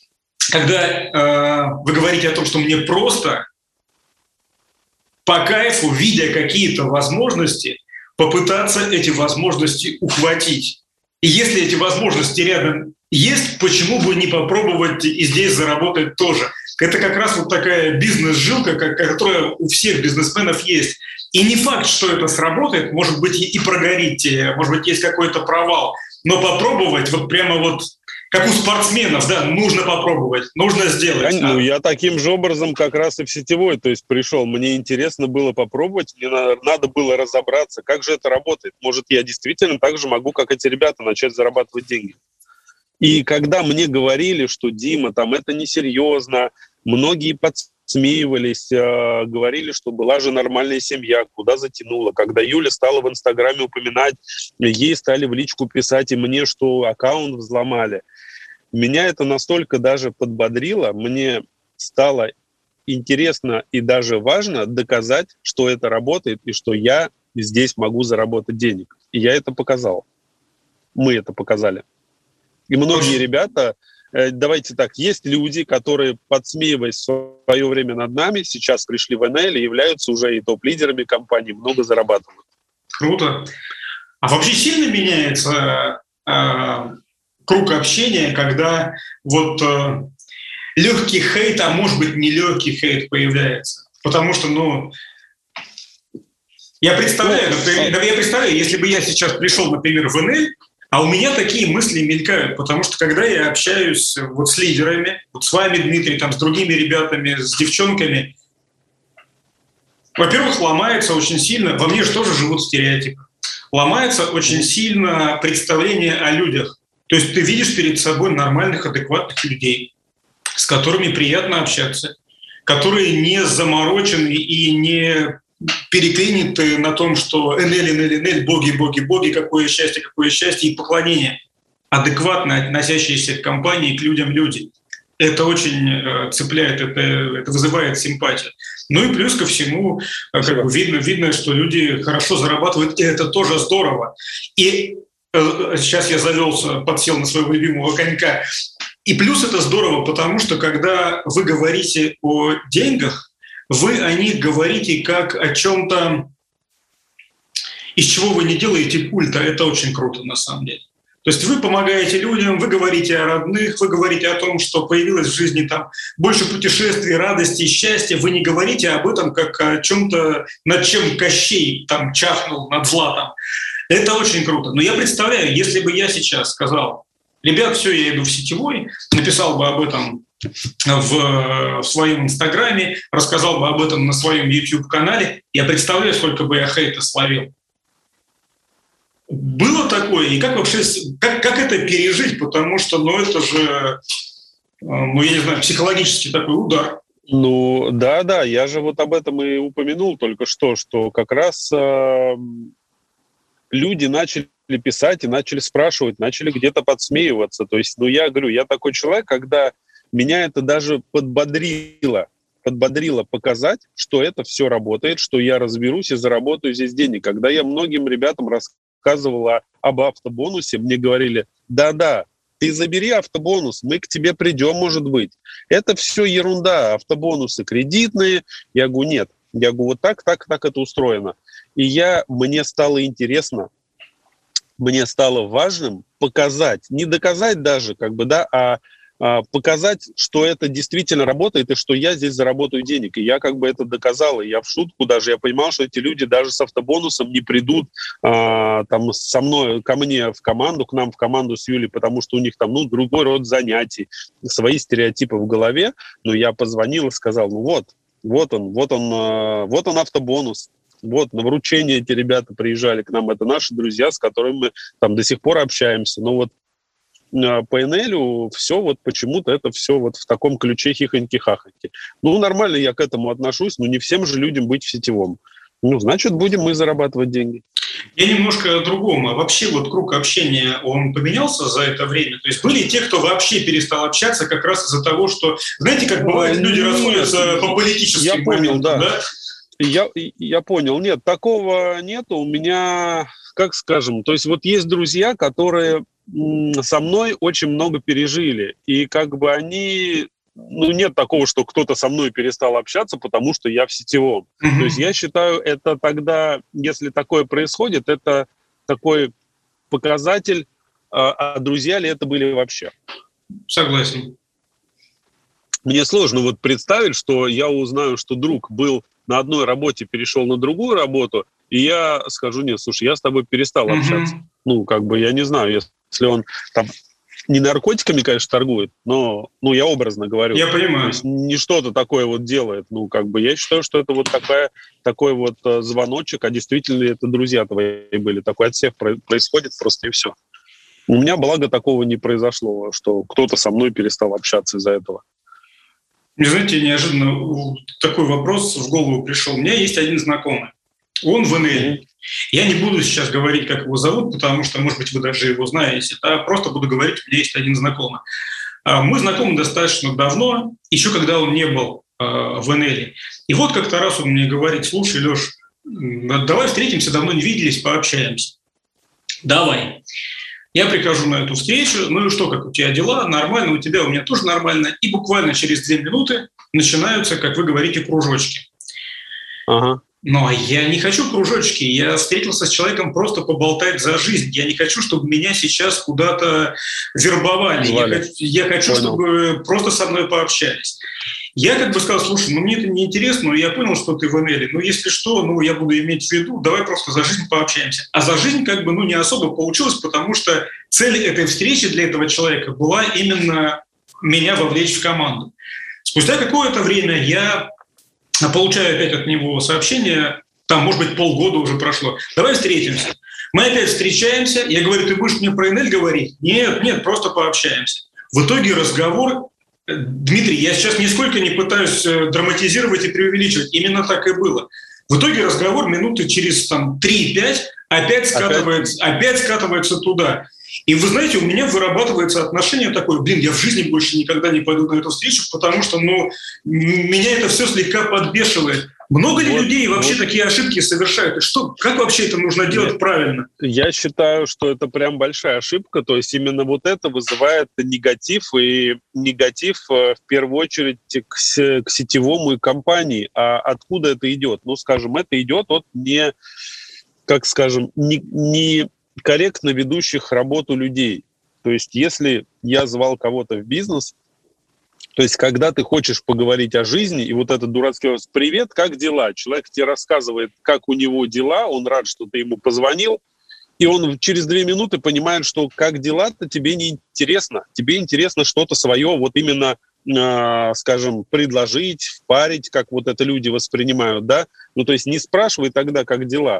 когда вы говорите о том, что мне просто по кайфу, видя какие-то возможности, попытаться эти возможности ухватить. И если эти возможности рядом есть, почему бы не попробовать и здесь заработать тоже? Это как раз такая бизнес-жилка, которая у всех бизнесменов есть. И не факт, что это сработает, может быть, и прогорите, может быть, есть какой-то провал. Но попробовать прямо как у спортсменов, да, нужно попробовать, нужно сделать. Я таким же образом как раз и в сетевой, то есть пришел. Мне интересно было попробовать, мне надо было разобраться, как же это работает. Может, я действительно так же могу, как эти ребята, начать зарабатывать деньги. И когда мне говорили, что Дима, это несерьезно, многие подсмеивались, говорили, что была же нормальная семья, куда затянула. Когда Юля стала в Инстаграме упоминать, ей стали в личку писать и мне, что аккаунт взломали. Меня это настолько даже подбодрило, мне стало интересно и даже важно доказать, что это работает и что я здесь могу заработать денег. И я это показал. Мы это показали. И многие ребята, давайте так, есть люди, которые, подсмеиваясь в свое время над нами, сейчас пришли в НЛ и являются уже и топ-лидерами компании, много зарабатывают. Круто. А вообще сильно меняется круг общения, когда легкий хейт, а может быть не легкий хейт появляется? Потому что, Я представляю, если бы я сейчас пришел, например, в НЛ, а у меня такие мысли мелькают, потому что когда я общаюсь вот с лидерами, вот с вами, Дмитрий, там, с другими ребятами, с девчонками, во-первых, ломается очень сильно, во мне же тоже живут стереотипы, ломается очень сильно представление о людях. То есть ты видишь перед собой нормальных, адекватных людей, с которыми приятно общаться, которые не заморочены и не переклинены на том, что НЛ, боги, какое счастье и поклонение. Адекватно относящиеся к компании, к людям люди. Это очень цепляет, это вызывает симпатию. Ну и плюс ко всему, как бы видно, что люди хорошо зарабатывают, и это тоже здорово. И сейчас я подсел на своего любимого конька. И плюс это здорово, потому что когда вы говорите о деньгах, вы о них говорите как о чем-то, из чего вы не делаете культа. Это очень круто на самом деле. То есть вы помогаете людям, вы говорите о родных, вы говорите о том, что появилось в жизни там больше путешествий, радости и счастья. Вы не говорите об этом как о чем-то, над чем Кощей там чахнул, над златом. Это очень круто. Но я представляю, если бы я сейчас сказал: ребят, все, я иду в сетевой, написал бы об этом в своем Инстаграме, рассказал бы об этом на своем YouTube-канале, я представляю, сколько бы я хейта словил. Было такое? И как вообще, как это пережить? Потому что, это же, я не знаю, психологический такой удар. Да, я же вот об этом и упомянул только что как раз люди начали писать и начали спрашивать, начали где-то подсмеиваться. То есть, я говорю, я такой человек, когда меня это даже подбодрило показать, что это все работает, что я разберусь и заработаю здесь денег. Когда я многим ребятам рассказывал об автобонусе, мне говорили: да, ты забери автобонус, мы к тебе придем, может быть. Это все ерунда, автобонусы кредитные. Я говорю, нет. Я говорю, вот так это устроено. И мне стало интересно, мне стало важным показать, не доказать даже, а показать, что это действительно работает и что я здесь заработаю денег. И я это доказал. И я в шутку даже, я понимал, что эти люди даже с автобонусом не придут со мной, ко мне в команду, к нам в команду с Юлей, потому что у них там, другой род занятий, свои стереотипы в голове. Но я позвонил и сказал, вот он автобонус. Вот, на вручение эти ребята приезжали к нам. Это наши друзья, с которыми мы там до сих пор общаемся. По НЛ все почему-то это все в таком ключе хихоньки-хахоньки. Нормально я к этому отношусь, но не всем же людям быть в сетевом. Значит, будем мы зарабатывать деньги. Я немножко о другом. Вообще круг общения, он поменялся за это время? То есть были те, кто вообще перестал общаться как раз из-за того, что... Знаете, как бывает, люди расходятся по политическим моментам, да? Я понял. Нет, такого нету. У меня, то есть есть друзья, которые со мной очень много пережили. И они... нет такого, что кто-то со мной перестал общаться, потому что я в сетевом. То есть я считаю, это тогда, если такое происходит, это такой показатель, а друзья ли это были вообще. Согласен. Мне сложно представить, что я узнаю, что друг был на одной работе, перешел на другую работу, и я скажу: нет, слушай, я с тобой перестал общаться. Я не знаю, если он там не наркотиками, конечно, торгует, но я образно говорю. Я понимаю. То есть не что-то такое делает. Я считаю, что это такой звоночек, а действительно ли это друзья твои были. Такой отсев происходит просто, и все. У меня, благо, такого не произошло, что кто-то со мной перестал общаться из-за этого. Мне, знаете, неожиданно такой вопрос в голову пришел. У меня есть один знакомый. Он в НЛ. Я не буду сейчас говорить, как его зовут, потому что, может быть, вы даже его знаете. Просто буду говорить, у меня есть один знакомый. Мы знакомы достаточно давно, еще когда он не был в НЛ. И как-то раз он мне говорит: слушай, Леш, давай встретимся, давно не виделись, пообщаемся. Давай. Я прихожу на эту встречу, и что, как у тебя дела? Нормально, у тебя, у меня тоже нормально. И буквально через 2 минуты начинаются, как вы говорите, кружочки. Ага. А я не хочу кружочки, я встретился с человеком просто поболтать за жизнь. Я не хочу, чтобы меня сейчас куда-то вербовали. Я хочу, чтобы просто со мной пообщались. Я как бы сказал, слушай, ну мне это не интересно, но я понял, что ты в НЛ. Ну если что, ну я буду иметь в виду, давай просто за жизнь пообщаемся. А за жизнь как бы, ну не особо получилось, потому что цель этой встречи для этого человека была именно меня вовлечь в команду. Спустя какое-то время я получаю опять от него сообщение, там, может быть, полгода уже прошло. Давай встретимся. Мы опять встречаемся. Я говорю, ты будешь мне про НЛ говорить? Нет, просто пообщаемся. В итоге разговор... Дмитрий, я сейчас нисколько не пытаюсь драматизировать и преувеличивать. Именно так и было. В итоге разговор минуты через 3-5 опять скатывается туда. И вы знаете, у меня вырабатывается отношение такое, я в жизни больше никогда не пойду на эту встречу, потому что, меня это все слегка подбешивает. Много ли людей вообще такие ошибки совершают? И как вообще это нужно делать правильно? Я считаю, что это прям большая ошибка. То есть именно вот это вызывает негатив. И негатив в первую очередь к сетевому и компании. А откуда это идет? Скажем, это идет от не корректно ведущих работу людей. То есть если я звал кого-то в бизнес, то есть когда ты хочешь поговорить о жизни, и вот этот дурацкий вопрос «Привет, как дела?» Человек тебе рассказывает, как у него дела, он рад, что ты ему позвонил, и он через 2 минуты понимает, что как дела-то тебе не интересно. Тебе интересно что-то свое, вот именно, скажем, предложить, впарить, как вот это люди воспринимают, да? То есть не спрашивай тогда, как дела.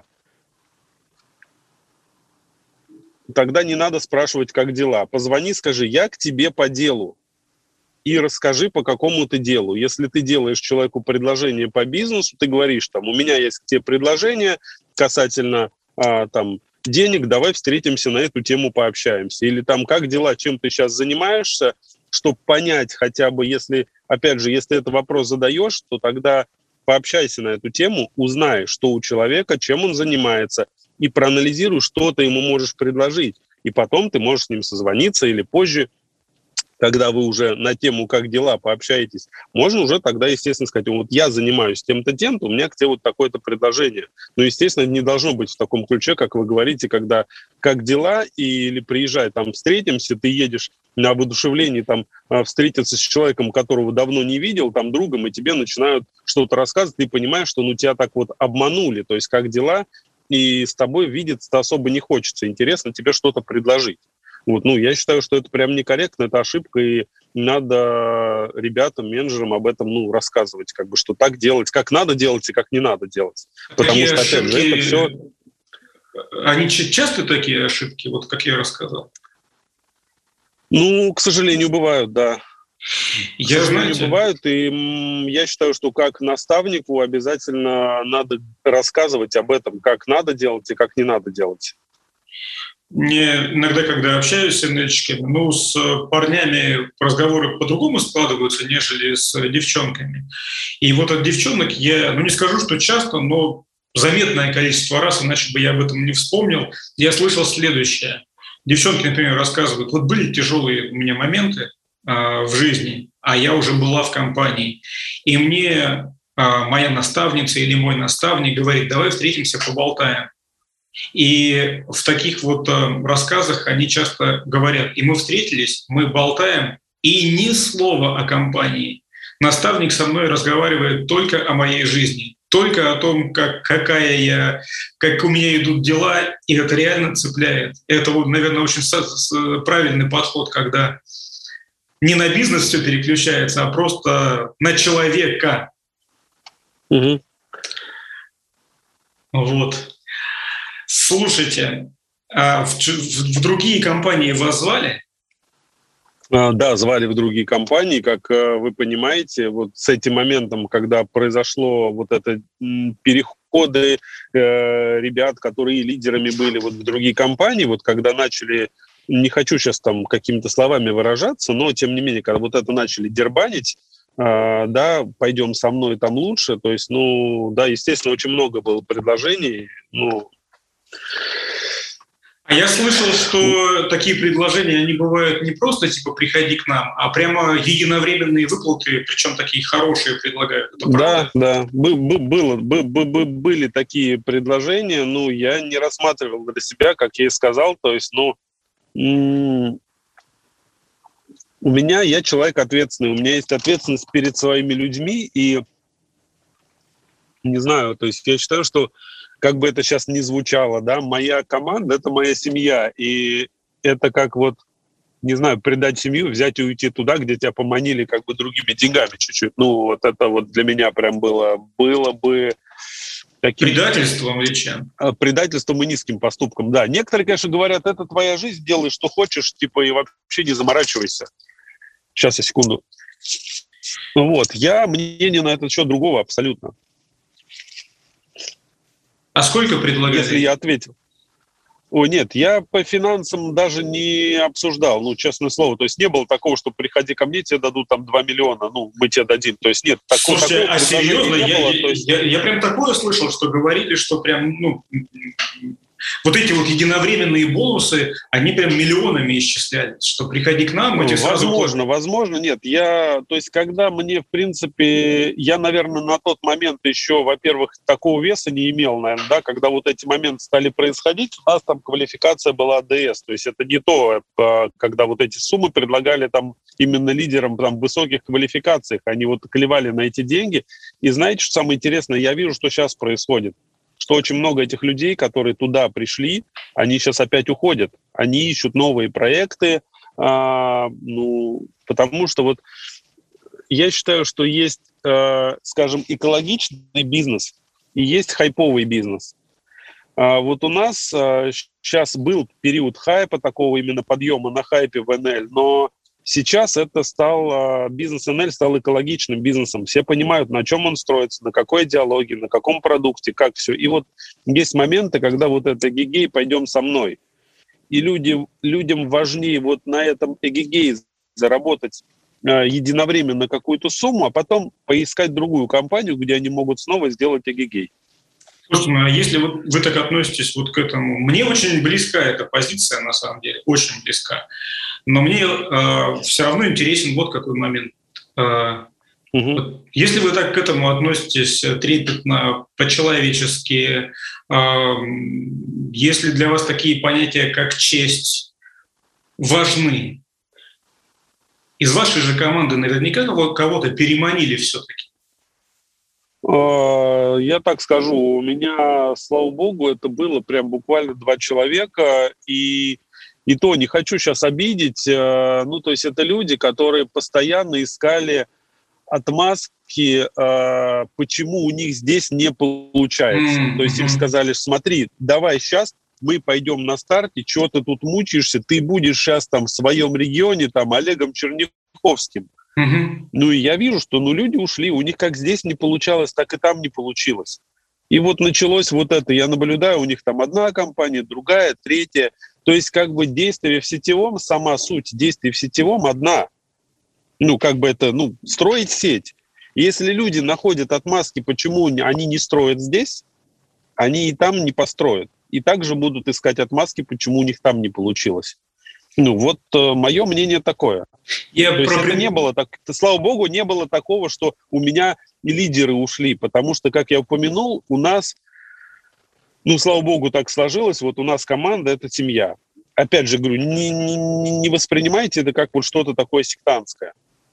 Тогда не надо спрашивать, как дела. Позвони, скажи, я к тебе по делу. И расскажи, по какому ты делу. Если ты делаешь человеку предложение по бизнесу, ты говоришь, у меня есть к тебе предложение касательно денег, давай встретимся, на эту тему пообщаемся. Или как дела, чем ты сейчас занимаешься, чтобы понять хотя бы, если это вопрос задаешь, то тогда пообщайся на эту тему, узнай, что у человека, чем он занимается, и проанализируй, что ты ему можешь предложить. И потом ты можешь с ним созвониться или позже, когда вы уже на тему «как дела» пообщаетесь, можно уже тогда, естественно, сказать, вот я занимаюсь тем-то, у меня к тебе вот такое-то предложение. Но, естественно, не должно быть в таком ключе, как вы говорите, когда «как дела» или «приезжай, встретимся», ты едешь на воодушевлении встретиться с человеком, которого давно не видел, другом, и тебе начинают что-то рассказывать, ты понимаешь, что тебя так вот обманули, то есть «как дела», и с тобой видеться особо не хочется, интересно тебе что-то предложить. Я считаю, что это прям некорректно, это ошибка, и надо ребятам, менеджерам об этом, рассказывать, что так делать, как надо делать и как не надо делать. Потому что, опять же, это все... Они часто такие ошибки, вот как я рассказал? К сожалению, бывают, да. Бывают, и я считаю, что как наставнику обязательно надо рассказывать об этом, как надо делать и как не надо делать. Мне иногда, когда общаюсь с НЛ-щиками, с парнями разговоры по-другому складываются, нежели с девчонками. И вот от девчонок я, не скажу, что часто, но заметное количество раз, иначе бы я об этом не вспомнил, я слышал следующее. Девчонки, например, рассказывают, вот были тяжелые у меня моменты в жизни, а я уже была в компании, и мне моя наставница или мой наставник говорит, давай встретимся, поболтаем. И в таких вот рассказах они часто говорят, и мы встретились, мы болтаем, и ни слова о компании. Наставник со мной разговаривает только о моей жизни, только о том, как у меня идут дела, и это реально цепляет. Это, наверное, очень правильный подход, когда не на бизнес все переключается, а просто на человека. Угу. Вот. Слушайте, а в другие компании вас звали? Да, звали в другие компании, как вы понимаете, вот с этим моментом, когда произошло вот это переходы ребят, которые лидерами были вот в другие компании, вот когда начали, не хочу сейчас какими-то словами выражаться, но тем не менее, когда вот это начали дербанить, да, пойдем со мной лучше, то есть, да, естественно, очень много было предложений, А я слышал, что такие предложения, они бывают не просто приходи к нам, а прямо единовременные выплаты, причем такие хорошие предлагают. Это правда? Да, были такие предложения, я не рассматривал для себя, как я и сказал, то есть, Я человек ответственный, у меня есть ответственность перед своими людьми, и не знаю, то есть я считаю, что, как бы это сейчас ни звучало, да, моя команда — это моя семья, и это как вот, не знаю, предать семью, взять и уйти туда, где тебя поманили как бы другими деньгами чуть-чуть. Ну, вот это вот для меня прям было бы таким... Предательством или чем? Предательством и низким поступком, да. Некоторые, конечно, говорят, это твоя жизнь, делай, что хочешь, типа, и вообще не заморачивайся. Сейчас, секунду. Вот, мнение на этот счет другого абсолютно. А сколько предлагали? Если я ответил. Ой, нет, я по финансам даже не обсуждал, ну, честное слово. То есть не было такого, что приходи ко мне, тебе дадут там 2 миллиона, ну, мы тебе дадим. То есть нет, Слушайте, такого серьезно? есть... Я прям такое слышал, что говорили, что прям, ну, вот эти вот единовременные бонусы, они прям миллионами исчислялись, что приходи к нам, мы тебе сразу... Возможно, нет. То есть когда мне, в принципе, я, наверное, на тот момент еще, во-первых, такого веса не имел, наверное, да, когда вот эти моменты стали происходить, у нас там квалификация была АДС, то есть это не то, когда вот эти суммы предлагали там именно лидерам там высоких квалификациях, они вот клевали на эти деньги, и знаете, что самое интересное, я вижу, что сейчас происходит, что очень много этих людей, которые туда пришли, они сейчас опять уходят. Они ищут новые проекты, потому что вот я считаю, что есть, скажем, экологичный бизнес и есть хайповый бизнес. Вот у нас сейчас был период хайпа, такого именно подъема на хайпе в НЛ, но сейчас это бизнес НЛ стал экологичным бизнесом. Все понимают, на чем он строится, на какой идеологии, на каком продукте, как все. И вот есть моменты, когда вот это эгегей «пойдем со мной». И людям важнее вот на этом эгегее заработать единовременно какую-то сумму, а потом поискать другую компанию, где они могут снова сделать эгегей. Слушайте, ну, а если вы так относитесь вот к этому... Мне очень близка эта позиция, на самом деле, очень близка. Но мне все равно интересен вот какой момент. Вот, если вы так к этому относитесь трепетно, по-человечески, если для вас такие понятия, как честь, важны, из вашей же команды наверняка кого-то переманили все-таки. Я так скажу, у меня, слава богу, это было прям буквально 2 человека, и то не хочу сейчас обидеть, ну, то есть это люди, которые постоянно искали отмазки, почему у них здесь не получается. То есть им сказали, смотри, давай сейчас мы пойдем на старте, чего ты тут мучаешься, ты будешь сейчас там в своем регионе там Олегом Черняховским. Ну и я вижу, что люди ушли, у них как здесь не получалось, так и там не получилось. И вот началось вот это, я наблюдаю, у них там одна компания, другая, третья. То есть как бы действие в сетевом, сама суть действий в сетевом одна. Ну как бы это, строить сеть. И если люди находят отмазки, почему они не строят здесь, они и там не построят. И также будут искать отмазки, почему у них там не получилось. Вот мое мнение такое. Не было слава богу, не было такого, что у меня и лидеры ушли, потому что, как я упомянул, у нас, слава богу, так сложилось, вот у нас команда — это семья. Опять же говорю, не воспринимайте это как вот что-то такое сектантское.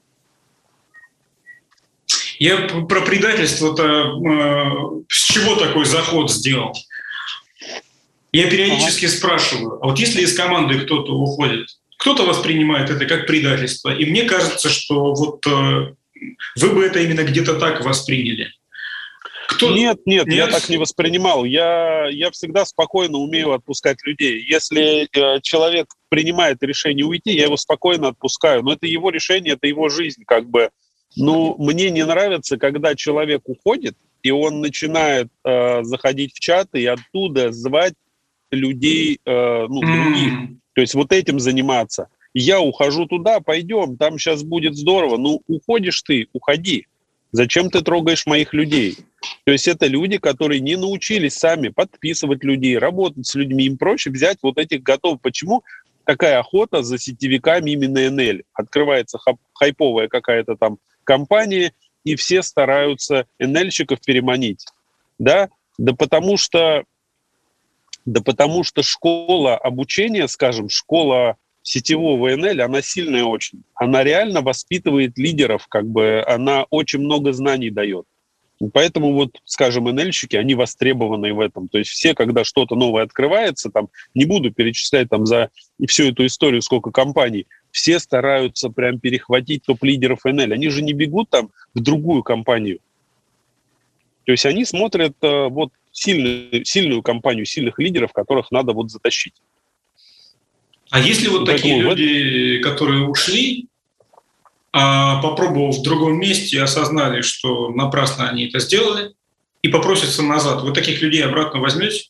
Я про предательство-то с чего такой заход сделал? Я периодически спрашиваю, а вот если из команды кто-то уходит, кто-то воспринимает это как предательство, и мне кажется, что вот вы бы это именно где-то так восприняли. Нет, я так не воспринимал. Я всегда спокойно умею отпускать людей. Если человек принимает решение уйти, я его спокойно отпускаю. Но это его решение, это его жизнь, как бы. Мне не нравится, когда человек уходит, и он начинает заходить в чаты и оттуда звать людей, других. То есть вот этим заниматься. Я ухожу туда, пойдем, там сейчас будет здорово. Уходишь ты, уходи. Зачем ты трогаешь моих людей? То есть это люди, которые не научились сами подписывать людей, работать с людьми. Им проще взять вот этих готовых. Почему такая охота за сетевиками именно НЛ? Открывается хайповая какая-то там компания, и все стараются НЛщиков переманить. Да потому что школа обучения, скажем, школа сетевого НЛ, она сильная очень. Она реально воспитывает лидеров, как бы она очень много знаний дает. И поэтому вот, скажем, НЛщики, они востребованы в этом. То есть все, когда что-то новое открывается, там, не буду перечислять там за всю эту историю, сколько компаний, все стараются прям перехватить топ-лидеров НЛ. Они же не бегут там в другую компанию. То есть они смотрят вот сильную компанию, сильных лидеров, которых надо вот затащить. А если вот такие люди, которые ушли, попробовав в другом месте, осознали, что напрасно они это сделали, и попросятся назад, вы таких людей обратно возьмете?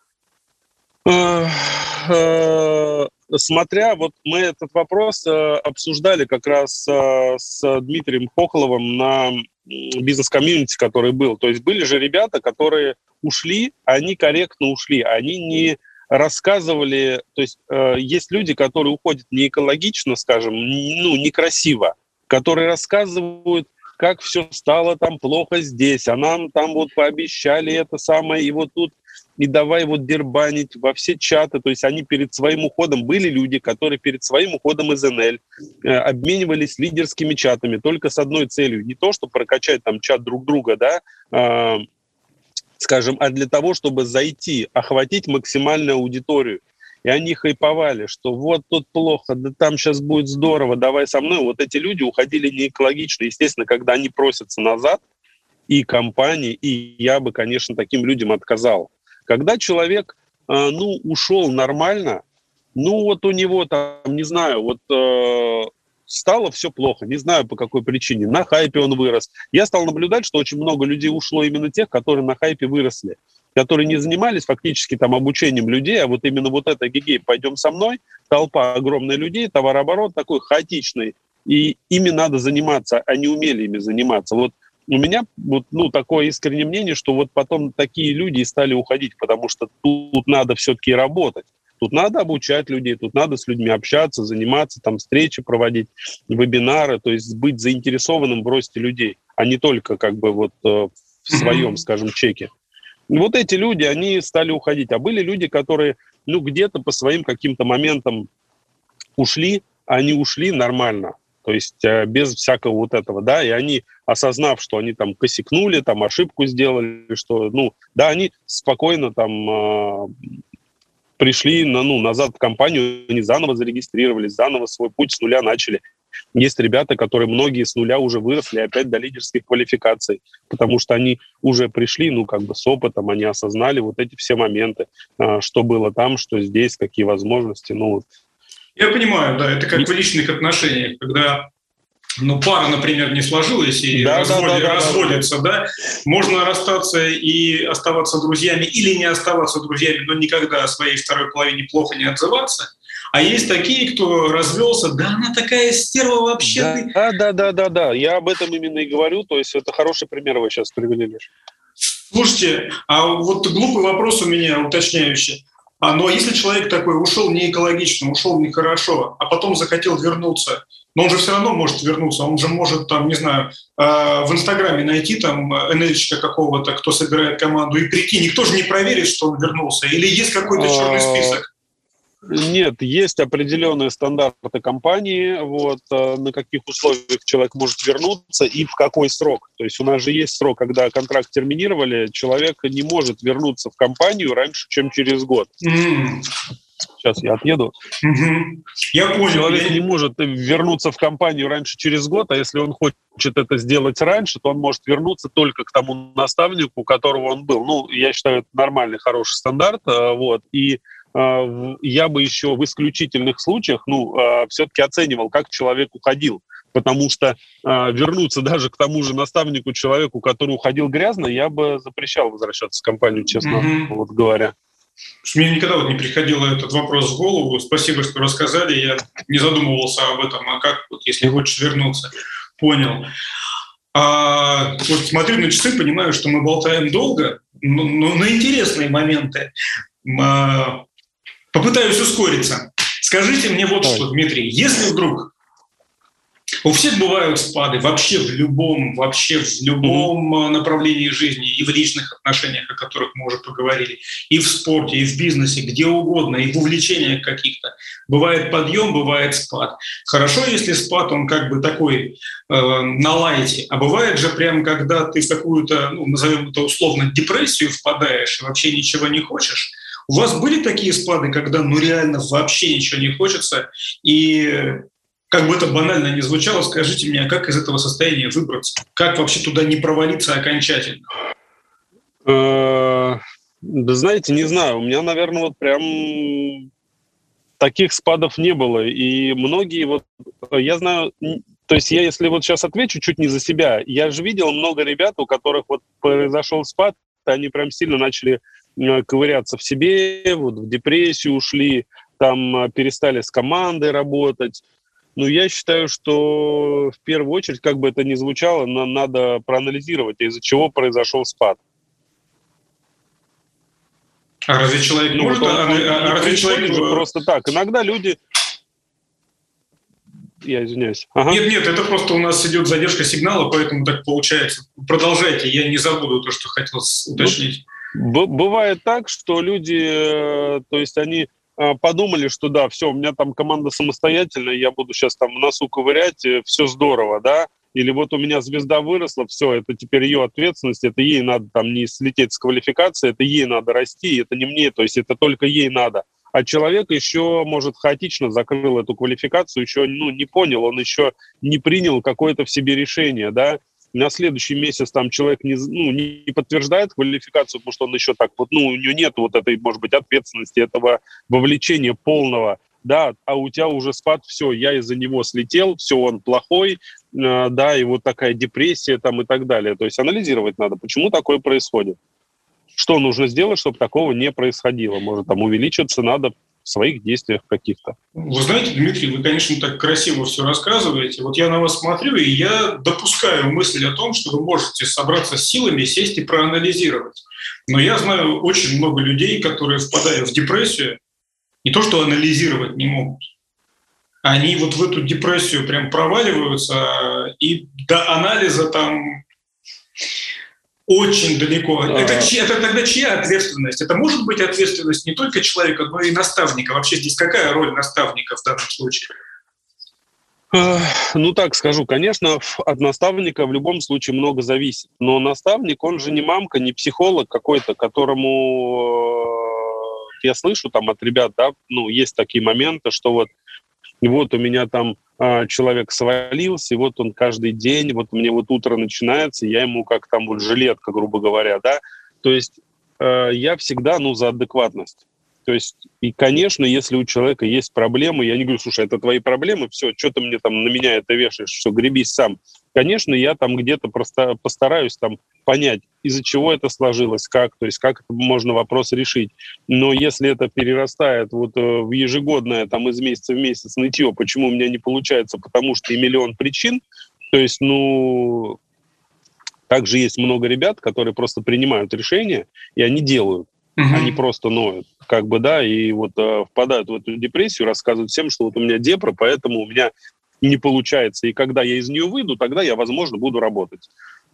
Смотря, вот мы этот вопрос обсуждали как раз с Дмитрием Хохловым на бизнес-комьюнити, который был. То есть были же ребята, которые ушли, они корректно ушли, они не рассказывали, то есть есть люди, которые уходят не экологично, скажем, некрасиво, которые рассказывают, как все стало там плохо здесь, а нам там вот пообещали это самое, и вот тут, и давай вот дербанить во все чаты. То есть они перед своим уходом, были люди, которые перед своим уходом из НЛ обменивались лидерскими чатами только с одной целью. Не то, чтобы прокачать там чат друг друга, да, скажем, а для того, чтобы зайти, охватить максимальную аудиторию. И они хайповали, что вот тут плохо, да там сейчас будет здорово, давай со мной. Вот эти люди уходили не экологично. Естественно, когда они просятся назад, и компании, и я бы, конечно, таким людям отказал. Когда человек, ушел нормально, вот у него там, не знаю, стало все плохо, не знаю по какой причине, на хайпе он вырос. Я стал наблюдать, что очень много людей ушло именно тех, которые на хайпе выросли, которые не занимались фактически там обучением людей, а вот именно вот это гигей, пойдем со мной, толпа огромная людей, товарооборот такой хаотичный, и ими надо заниматься, а не умели ими заниматься. Вот у меня такое искреннее мнение, что вот потом такие люди и стали уходить, потому что тут надо все-таки работать. Тут надо обучать людей, тут надо с людьми общаться, заниматься, там встречи проводить, вебинары, то есть быть заинтересованным в росте людей, а не только как бы вот в своем, скажем, чеке. Вот эти люди, они стали уходить. А были люди, которые, где-то по своим каким-то моментам ушли, они ушли нормально. То есть без всякого вот этого, да, и они, осознав, что они там косякнули, там ошибку сделали, что, они спокойно там пришли назад в компанию, они заново зарегистрировались, заново свой путь с нуля начали. Есть ребята, которые многие с нуля уже выросли опять до лидерских квалификаций, потому что они уже пришли, с опытом, они осознали вот эти все моменты, что было там, что здесь, какие возможности, Я понимаю, да, это как в личных отношениях, когда пара, например, не сложилась и разводится, да, можно расстаться и оставаться друзьями или не оставаться друзьями, но никогда о своей второй половине плохо не отзываться. А есть такие, кто развелся, да она такая стерва вообще. Да, я об этом именно и говорю, то есть это хороший пример вы сейчас привели, Леш. Слушайте, а вот глупый вопрос у меня уточняющий. Но если человек такой ушел не экологично, ушел нехорошо, а потом захотел вернуться, но он же все равно может вернуться, он же может, там, не знаю, в Инстаграме найти там НЛщика какого-то, кто собирает команду, и прийти, никто же не проверит, что он вернулся, или есть какой-то черный список? Нет, есть определенные стандарты компании, на каких условиях человек может вернуться и в какой срок. То есть у нас же есть срок, когда контракт терминировали, человек не может вернуться в компанию раньше, чем через год. Сейчас я отъеду. Я понял. Человек не может вернуться в компанию раньше через год, а если он хочет это сделать раньше, то он может вернуться только к тому наставнику, у которого он был. Я считаю, это нормальный, хороший стандарт. И я бы еще в исключительных случаях, все-таки оценивал, как человек уходил. Потому что вернуться даже к тому же наставнику, человеку, который уходил грязно, я бы запрещал возвращаться в компанию, честно говоря. Мне никогда не приходил этот вопрос в голову. Спасибо, что рассказали. Я не задумывался об этом. А как, если хочешь вернуться? Понял. Смотрю на часы, понимаю, что мы болтаем долго, но на интересные моменты. Попытаюсь ускориться. Скажите мне вот что, Дмитрий. Если вдруг У всех бывают спады вообще в любом направлении жизни, и в личных отношениях, о которых мы уже поговорили, и в спорте, и в бизнесе, где угодно, и в увлечениях каких-то. Бывает подъем, бывает спад. Хорошо, если спад, он как бы такой на лайте, а бывает же прям, когда ты в какую-то, назовем это условно, депрессию впадаешь и вообще ничего не хочешь. У вас были такие спады, когда реально вообще ничего не хочется, и как бы это банально ни звучало, скажите мне, как из этого состояния выбраться? Как вообще туда не провалиться окончательно? Да знаете, не знаю. У меня, наверное, вот прям таких спадов не было. И многие я знаю, то есть я, если вот сейчас отвечу чуть не за себя, я же видел много ребят, у которых вот произошел спад, они прям сильно начали ковыряться в себе, вот в депрессию ушли, там перестали с командой работать. Я считаю, что в первую очередь, как бы это ни звучало, надо проанализировать, из-за чего произошел спад. А разве человек может? Разве человек же просто так? Иногда люди... Я извиняюсь. Ага. Нет, это просто у нас идет задержка сигнала, поэтому так получается. Продолжайте, я не забуду то, что хотел уточнить. Бывает так, что люди, то есть они подумали, что да, все, у меня там команда самостоятельная, я буду сейчас там в носу ковырять, все здорово, да, или вот у меня звезда выросла, все, это теперь ее ответственность, это ей надо там не слететь с квалификации, это ей надо расти, это не мне, то есть это только ей надо. А человек еще, может, хаотично закрыл эту квалификацию, еще не понял, он еще не принял какое-то в себе решение, да. На следующий месяц там человек не подтверждает квалификацию, потому что он еще так у него нет вот этой, может быть, ответственности, этого вовлечения полного, да, а у тебя уже спад, все, я из-за него слетел, все, он плохой, да, и вот такая депрессия там и так далее. То есть анализировать надо, почему такое происходит. Что нужно сделать, чтобы такого не происходило? Может, там увеличиться надо в своих действиях каких-то. Вы знаете, Дмитрий, вы, конечно, так красиво все рассказываете. Вот я на вас смотрю, и я допускаю мысль о том, что вы можете собраться с силами, сесть и проанализировать. Но я знаю очень много людей, которые впадают в депрессию, и то, что анализировать не могут. Они вот в эту депрессию прям проваливаются, и до анализа там очень далеко. Это тогда чья ответственность? Это может быть ответственность не только человека, но и наставника. Вообще здесь какая роль наставника в данном случае? Так скажу, конечно, от наставника в любом случае много зависит. Но наставник, он же не мамка, не психолог какой-то, которому я слышу там от ребят, да, есть такие моменты, что вот у меня там человек свалился, и вот он каждый день, вот мне вот утро начинается, я ему как там вот жилетка, грубо говоря, да. То есть я всегда, за адекватность. То есть, и, конечно, если у человека есть проблемы, я не говорю, слушай, это твои проблемы, все, что ты мне там на меня это вешаешь, все, гребись сам. Конечно, я там где-то просто постараюсь там понять, из-за чего это сложилось, как это можно вопрос решить. Но если это перерастает в ежегодное там из месяца в месяц нытье, почему у меня не получается, потому что и миллион причин, то есть, также есть много ребят, которые просто принимают решения, и они делают. Они просто ноют, и впадают в эту депрессию, рассказывают всем, что вот у меня депра, поэтому у меня не получается. И когда я из нее выйду, тогда я, возможно, буду работать.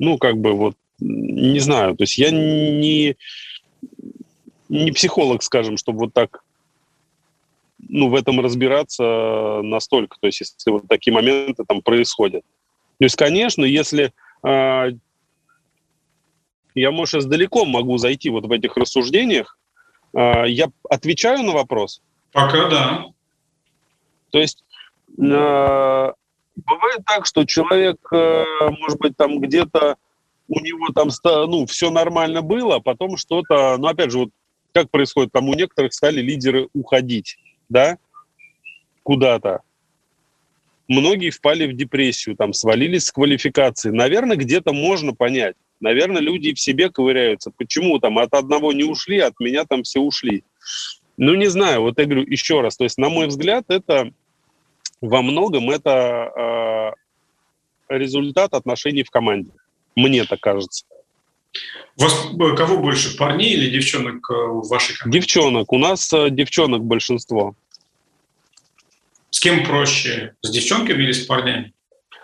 Не знаю. То есть я не психолог, скажем, чтобы вот так, в этом разбираться настолько. То есть если вот такие моменты там происходят. То есть, конечно, если... Я, может, сейчас далеко могу зайти в этих рассуждениях. Я отвечаю на вопрос? Пока да. То есть бывает так, что человек, может быть, там где-то у него там, все нормально было, а потом что-то, опять же, как происходит, там у некоторых стали лидеры уходить, да, куда-то. Многие впали в депрессию, там, свалились с квалификации. Наверное, где-то можно понять. Наверное, люди в себе ковыряются. Почему там от одного не ушли, от меня там все ушли? Не знаю. Я говорю еще раз. То есть, на мой взгляд, это во многом это результат отношений в команде. Мне так кажется. У вас кого больше, парней или девчонок в вашей команде? Девчонок. У нас девчонок большинство. С кем проще? С девчонками или с парнями?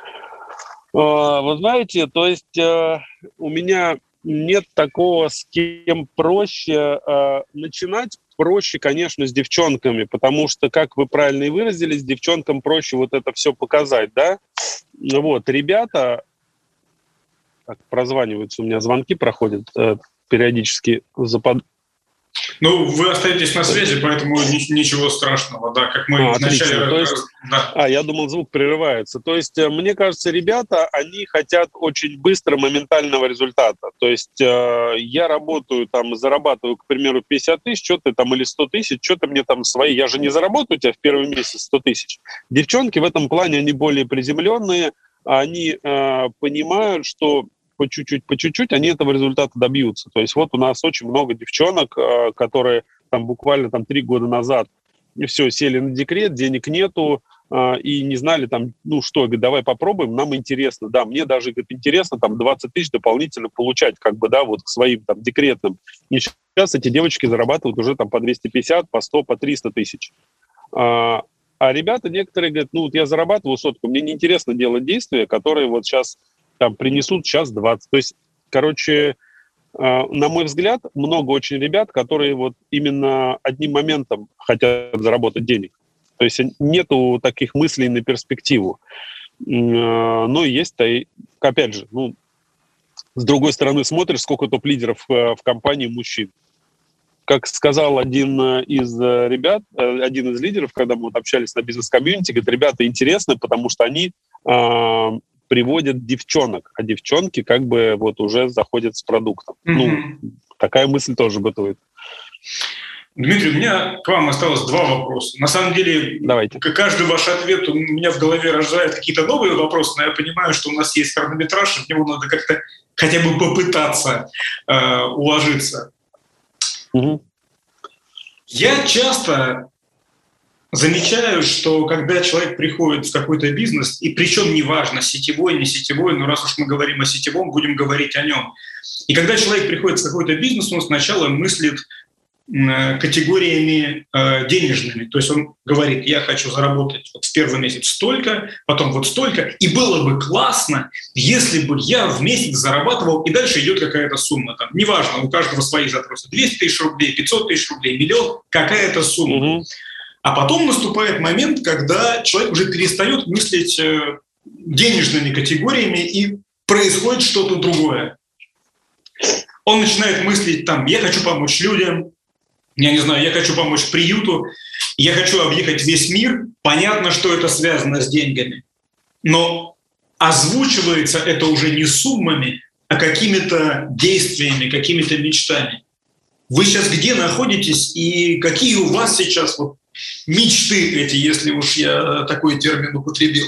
Вы знаете, то есть у меня нет такого, с кем проще начинать. Проще, конечно, с девчонками, потому что, как вы правильно и выразились, девчонкам проще вот это все показать, да? Вот, ребята, так, прозваниваются, у меня звонки проходят периодически. Ну, вы остаетесь на связи, поэтому ничего страшного, да, как мы вначале... То есть, да. Я думал, звук прерывается. То есть, мне кажется, ребята, они хотят очень быстро, моментального результата. То есть, я работаю там, зарабатываю, к примеру, 50 тысяч, что-то там, или 100 тысяч, что-то мне там свои... Я же не заработаю у тебя в первый месяц 100 тысяч. Девчонки в этом плане, они более приземленные, они понимают, что по чуть-чуть они этого результата добьются. То есть вот у нас очень много девчонок, которые там буквально 3 года назад все, сели на декрет, денег нету, и не знали там, говорит, давай попробуем, нам интересно. Да, мне даже, говорит, интересно там 20 тысяч дополнительно получать, вот к своим там декретным. И сейчас эти девочки зарабатывают уже там по 250, по 100, по 300 тысяч. А ребята некоторые говорят, я зарабатываю сотку, мне неинтересно делать действия, которые вот сейчас там принесут сейчас 20. То есть, на мой взгляд, много очень ребят, которые вот именно одним моментом хотят заработать денег. То есть нету таких мыслей на перспективу. Но есть, опять же, с другой стороны смотришь, сколько топ-лидеров в компании мужчин. Как сказал один из ребят, один из лидеров, когда мы общались на бизнес-комьюнити, говорит, ребята интересны, потому что они приводят девчонок, а девчонки уже заходят с продуктом. Такая мысль тоже бытует. Дмитрий, у меня к вам осталось 2 вопроса. На самом деле, давайте. Каждый ваш ответ у меня в голове рождает какие-то новые вопросы, но я понимаю, что у нас есть хронометраж, и в него надо как-то хотя бы попытаться уложиться. Угу. Я часто замечаю, что когда человек приходит в какой-то бизнес, и причем неважно, сетевой, не сетевой, но раз уж мы говорим о сетевом, будем говорить о нем. И когда человек приходит в какой-то бизнес, он сначала мыслит категориями денежными. То есть он говорит, я хочу заработать в первый месяц столько, потом вот столько. И было бы классно, если бы я в месяц зарабатывал, и дальше идет какая-то сумма. Там, неважно, у каждого свои запросы. 200 тысяч рублей, 500 тысяч рублей, миллион, какая-то сумма. Угу. А потом наступает момент, когда человек уже перестает мыслить денежными категориями, и происходит что-то другое. Он начинает мыслить, я хочу помочь людям, я не знаю, я хочу помочь приюту, я хочу объехать весь мир. Понятно, что это связано с деньгами. Но озвучивается это уже не суммами, а какими-то действиями, какими-то мечтами. Вы сейчас где находитесь и какие у вас сейчас мечты эти, если уж я такой термин употребил?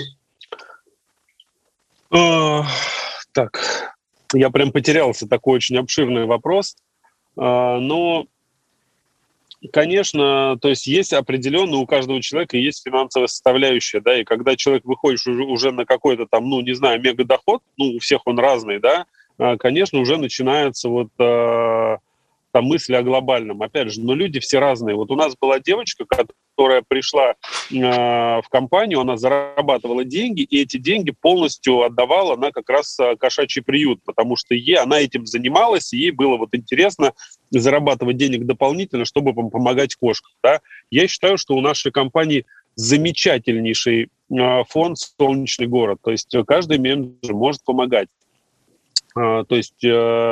Так, я прям потерялся, такой очень обширный вопрос. Но, конечно, то есть определенно у каждого человека есть финансовая составляющая, да, и когда человек выходит уже на какой-то мегадоход, у всех он разный, да, конечно, уже начинается мысль о глобальном. Опять же, но люди все разные. Вот у нас была девочка, которая пришла в компанию, она зарабатывала деньги, и эти деньги полностью отдавала на как раз кошачий приют, потому что она этим занималась, и ей было интересно зарабатывать денег дополнительно, чтобы помогать кошкам. Да? Я считаю, что у нашей компании замечательнейший фонд «Солнечный город». То есть каждый менеджер может помогать. То есть...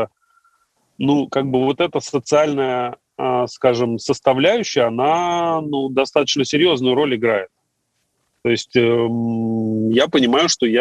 эта социальная, скажем, составляющая, она, достаточно серьезную роль играет. То есть я понимаю, что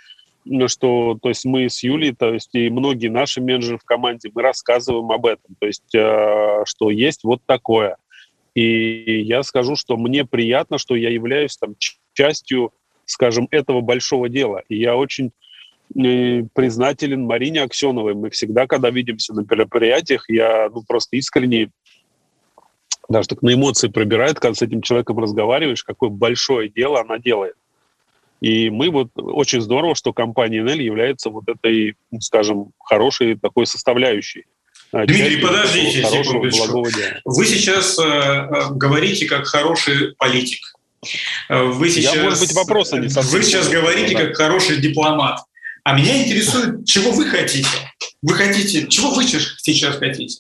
мы с Юлей, то есть и многие наши менеджеры в команде, мы рассказываем об этом, то есть что есть вот такое. И я скажу, что мне приятно, что я являюсь частью, скажем, этого большого дела. И я очень признателен Марине Аксеновой. Мы всегда, когда видимся на мероприятиях, я просто искренне, даже так на эмоции пробирает, когда с этим человеком разговариваешь, какое большое дело она делает. И мы очень здорово, что компания Enel является этой, скажем, хорошей такой составляющей. Дмитрий, подождите секундочку. Вы сейчас говорите как хороший политик. Вы сейчас говорите как хороший дипломат. А меня интересует, чего вы хотите. Чего вы сейчас хотите?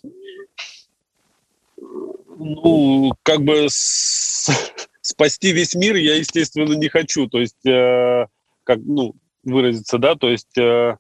Ну, как бы спасти весь мир я, естественно, не хочу. То есть, как, ну, выразиться, да, то есть,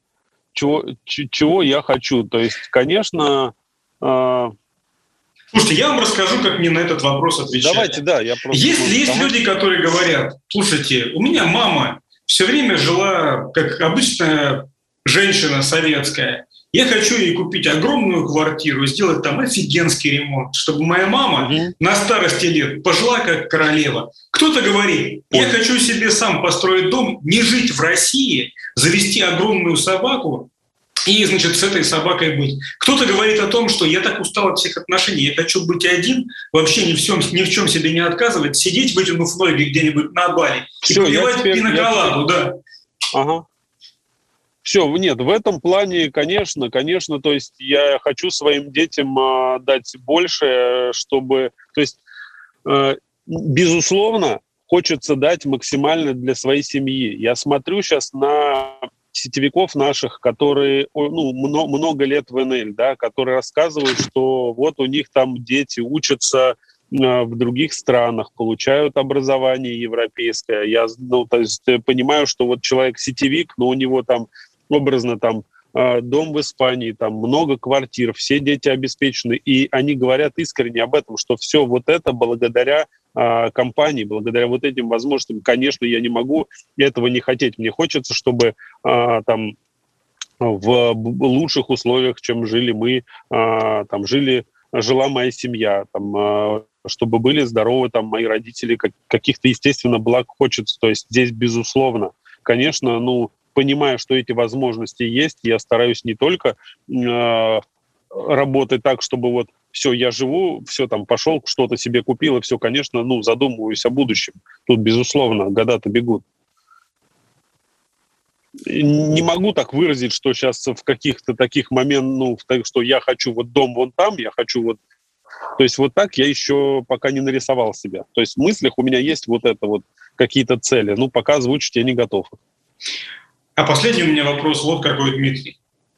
чего я хочу. То есть, конечно... Слушайте, я вам расскажу, как мне на этот вопрос отвечать. Давайте, да, я просто... Есть люди, которые говорят, слушайте, у меня мама все время жила, как обычная женщина советская. Я хочу ей купить огромную квартиру, сделать там офигенский ремонт, чтобы моя мама на старости лет пожила как королева. Кто-то говорит, я хочу себе сам построить дом, не жить в России, завести огромную собаку и, значит, с этой собакой быть. Кто-то говорит о том, что я так устал от всех отношений, я хочу быть один, вообще ни в чем себе не отказывать, сидеть, вытянув ноги где-нибудь на Бали и попивать пиноколаду, да. Ага. Все, нет, в этом плане, конечно, то есть я хочу своим детям дать больше, чтобы... То есть, безусловно, хочется дать максимально для своей семьи. Я смотрю сейчас на сетевиков наших, которые много лет в НЛ, да, которые рассказывают, что вот у них там дети учатся в других странах, получают образование европейское. Я то есть, понимаю, что вот человек сетевик, но у него там образно там дом в Испании, там много квартир, все дети обеспечены, и они говорят искренне об этом, что все вот это благодаря компании, благодаря вот этим возможностям. Конечно, я не могу этого не хотеть. Мне хочется, чтобы там в лучших условиях, чем жили мы, там жила моя семья, там, чтобы были здоровы там мои родители, каких-то, естественно, благ хочется. То есть здесь, безусловно, конечно, понимая, что эти возможности есть, я стараюсь не только работать так, чтобы вот все, я живу, все, там, пошел, что-то себе купил, и все, конечно, задумываюсь о будущем. Тут, безусловно, года-то бегут. Не могу так выразить, что сейчас в каких-то таких моментах, что я хочу вот дом вон там, я хочу вот... То есть вот так я еще пока не нарисовал себя. То есть в мыслях у меня есть вот это вот какие-то цели. Пока озвучить я не готов. А последний у меня вопрос вот какой, Дмитрий.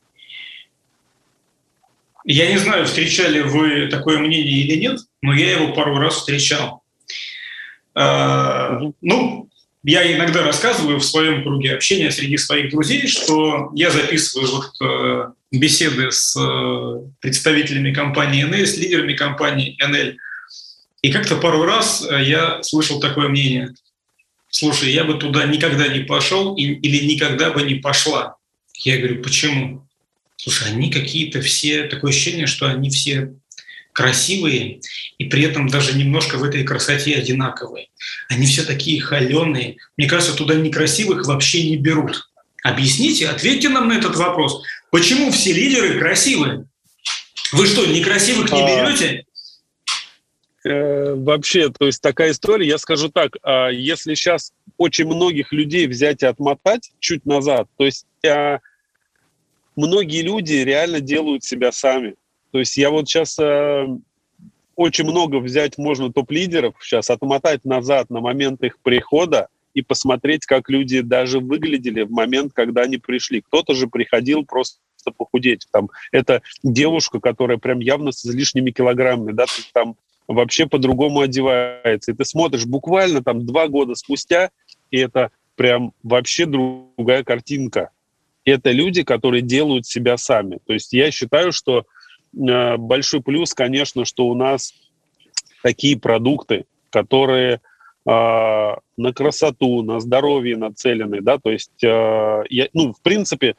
Я не знаю, встречали вы такое мнение или нет, но я его пару раз встречал. Я иногда рассказываю в своем круге общения среди своих друзей, что я записываю беседы с представителями компании НЛ, с лидерами компании НЛ. И как-то пару раз я слышал такое мнение. Слушай, я бы туда никогда не пошел или никогда бы не пошла. Я говорю, почему? Слушай, они какие-то все, такое ощущение, что они все красивые и при этом даже немножко в этой красоте одинаковые. Они все такие холеные. Мне кажется, туда некрасивых вообще не берут. Объясните, ответьте нам на этот вопрос. Почему все лидеры красивые? Вы что, некрасивых не берете? Вообще, то есть такая история, я скажу так, если сейчас очень многих людей взять и отмотать чуть назад, то есть многие люди реально делают себя сами. То есть я вот сейчас очень много взять можно топ-лидеров, сейчас отмотать назад на момент их прихода и посмотреть, как люди даже выглядели в момент, когда они пришли. Кто-то же приходил просто похудеть. Там, это девушка, которая прям явно с лишними килограммами, да, там вообще по-другому одевается. И ты смотришь буквально там 2 года спустя, и это прям вообще другая картинка. И это люди, которые делают себя сами. То есть я считаю, что большой плюс, конечно, что у нас такие продукты, которые на красоту, на здоровье нацелены, да, то есть, в принципе,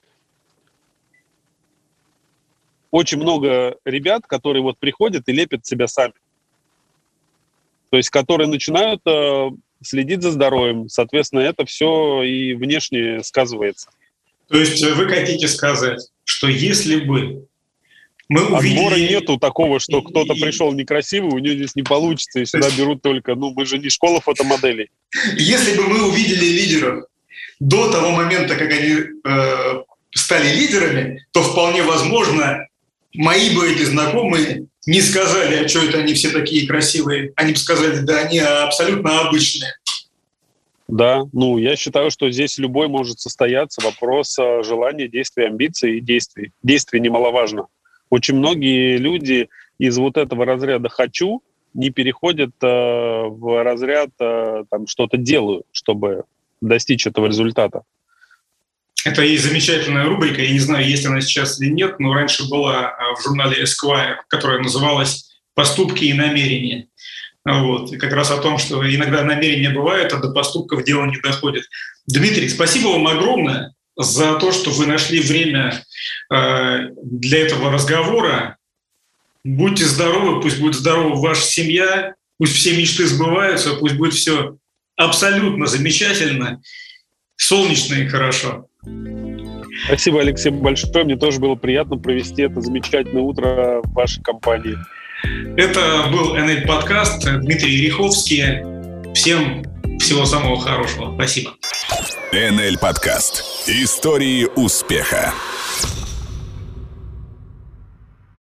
очень много ребят, которые вот приходят и лепят себя сами. То есть, которые начинают следить за здоровьем, соответственно, это все и внешне сказывается. То есть вы хотите сказать, что если бы мы увидели... Отбора нету такого, что кто-то пришел некрасивый, у него здесь не получится, и сюда берут только... мы же не школа фотомоделей. Если бы мы увидели лидеров до того момента, как они стали лидерами, то вполне возможно, мои бы эти знакомые не сказали, а что это они все такие красивые. Они бы сказали, да они абсолютно обычные. Да, я считаю, что здесь любой может состояться. Вопрос желания, действий, амбиций и действий. Действий немаловажно. Очень многие люди из вот этого разряда «хочу» не переходят в разряд что-то делаю, чтобы достичь этого результата. Это и замечательная рубрика, я не знаю, есть она сейчас или нет, но раньше была в журнале Esquire, которая называлась «Поступки и намерения». Вот. И как раз о том, что иногда намерения бывают, а до поступков дело не доходит. Дмитрий, спасибо вам огромное за то, что вы нашли время для этого разговора. Будьте здоровы, пусть будет здорова ваша семья, пусть все мечты сбываются, пусть будет все абсолютно замечательно, солнечно и хорошо. Спасибо, Алексей, большое. Мне тоже было приятно провести это замечательное утро в вашей компании. Это был НЛ-подкаст. Дмитрий Риховский. Всем всего самого хорошего. Спасибо. НЛ-подкаст. Истории успеха.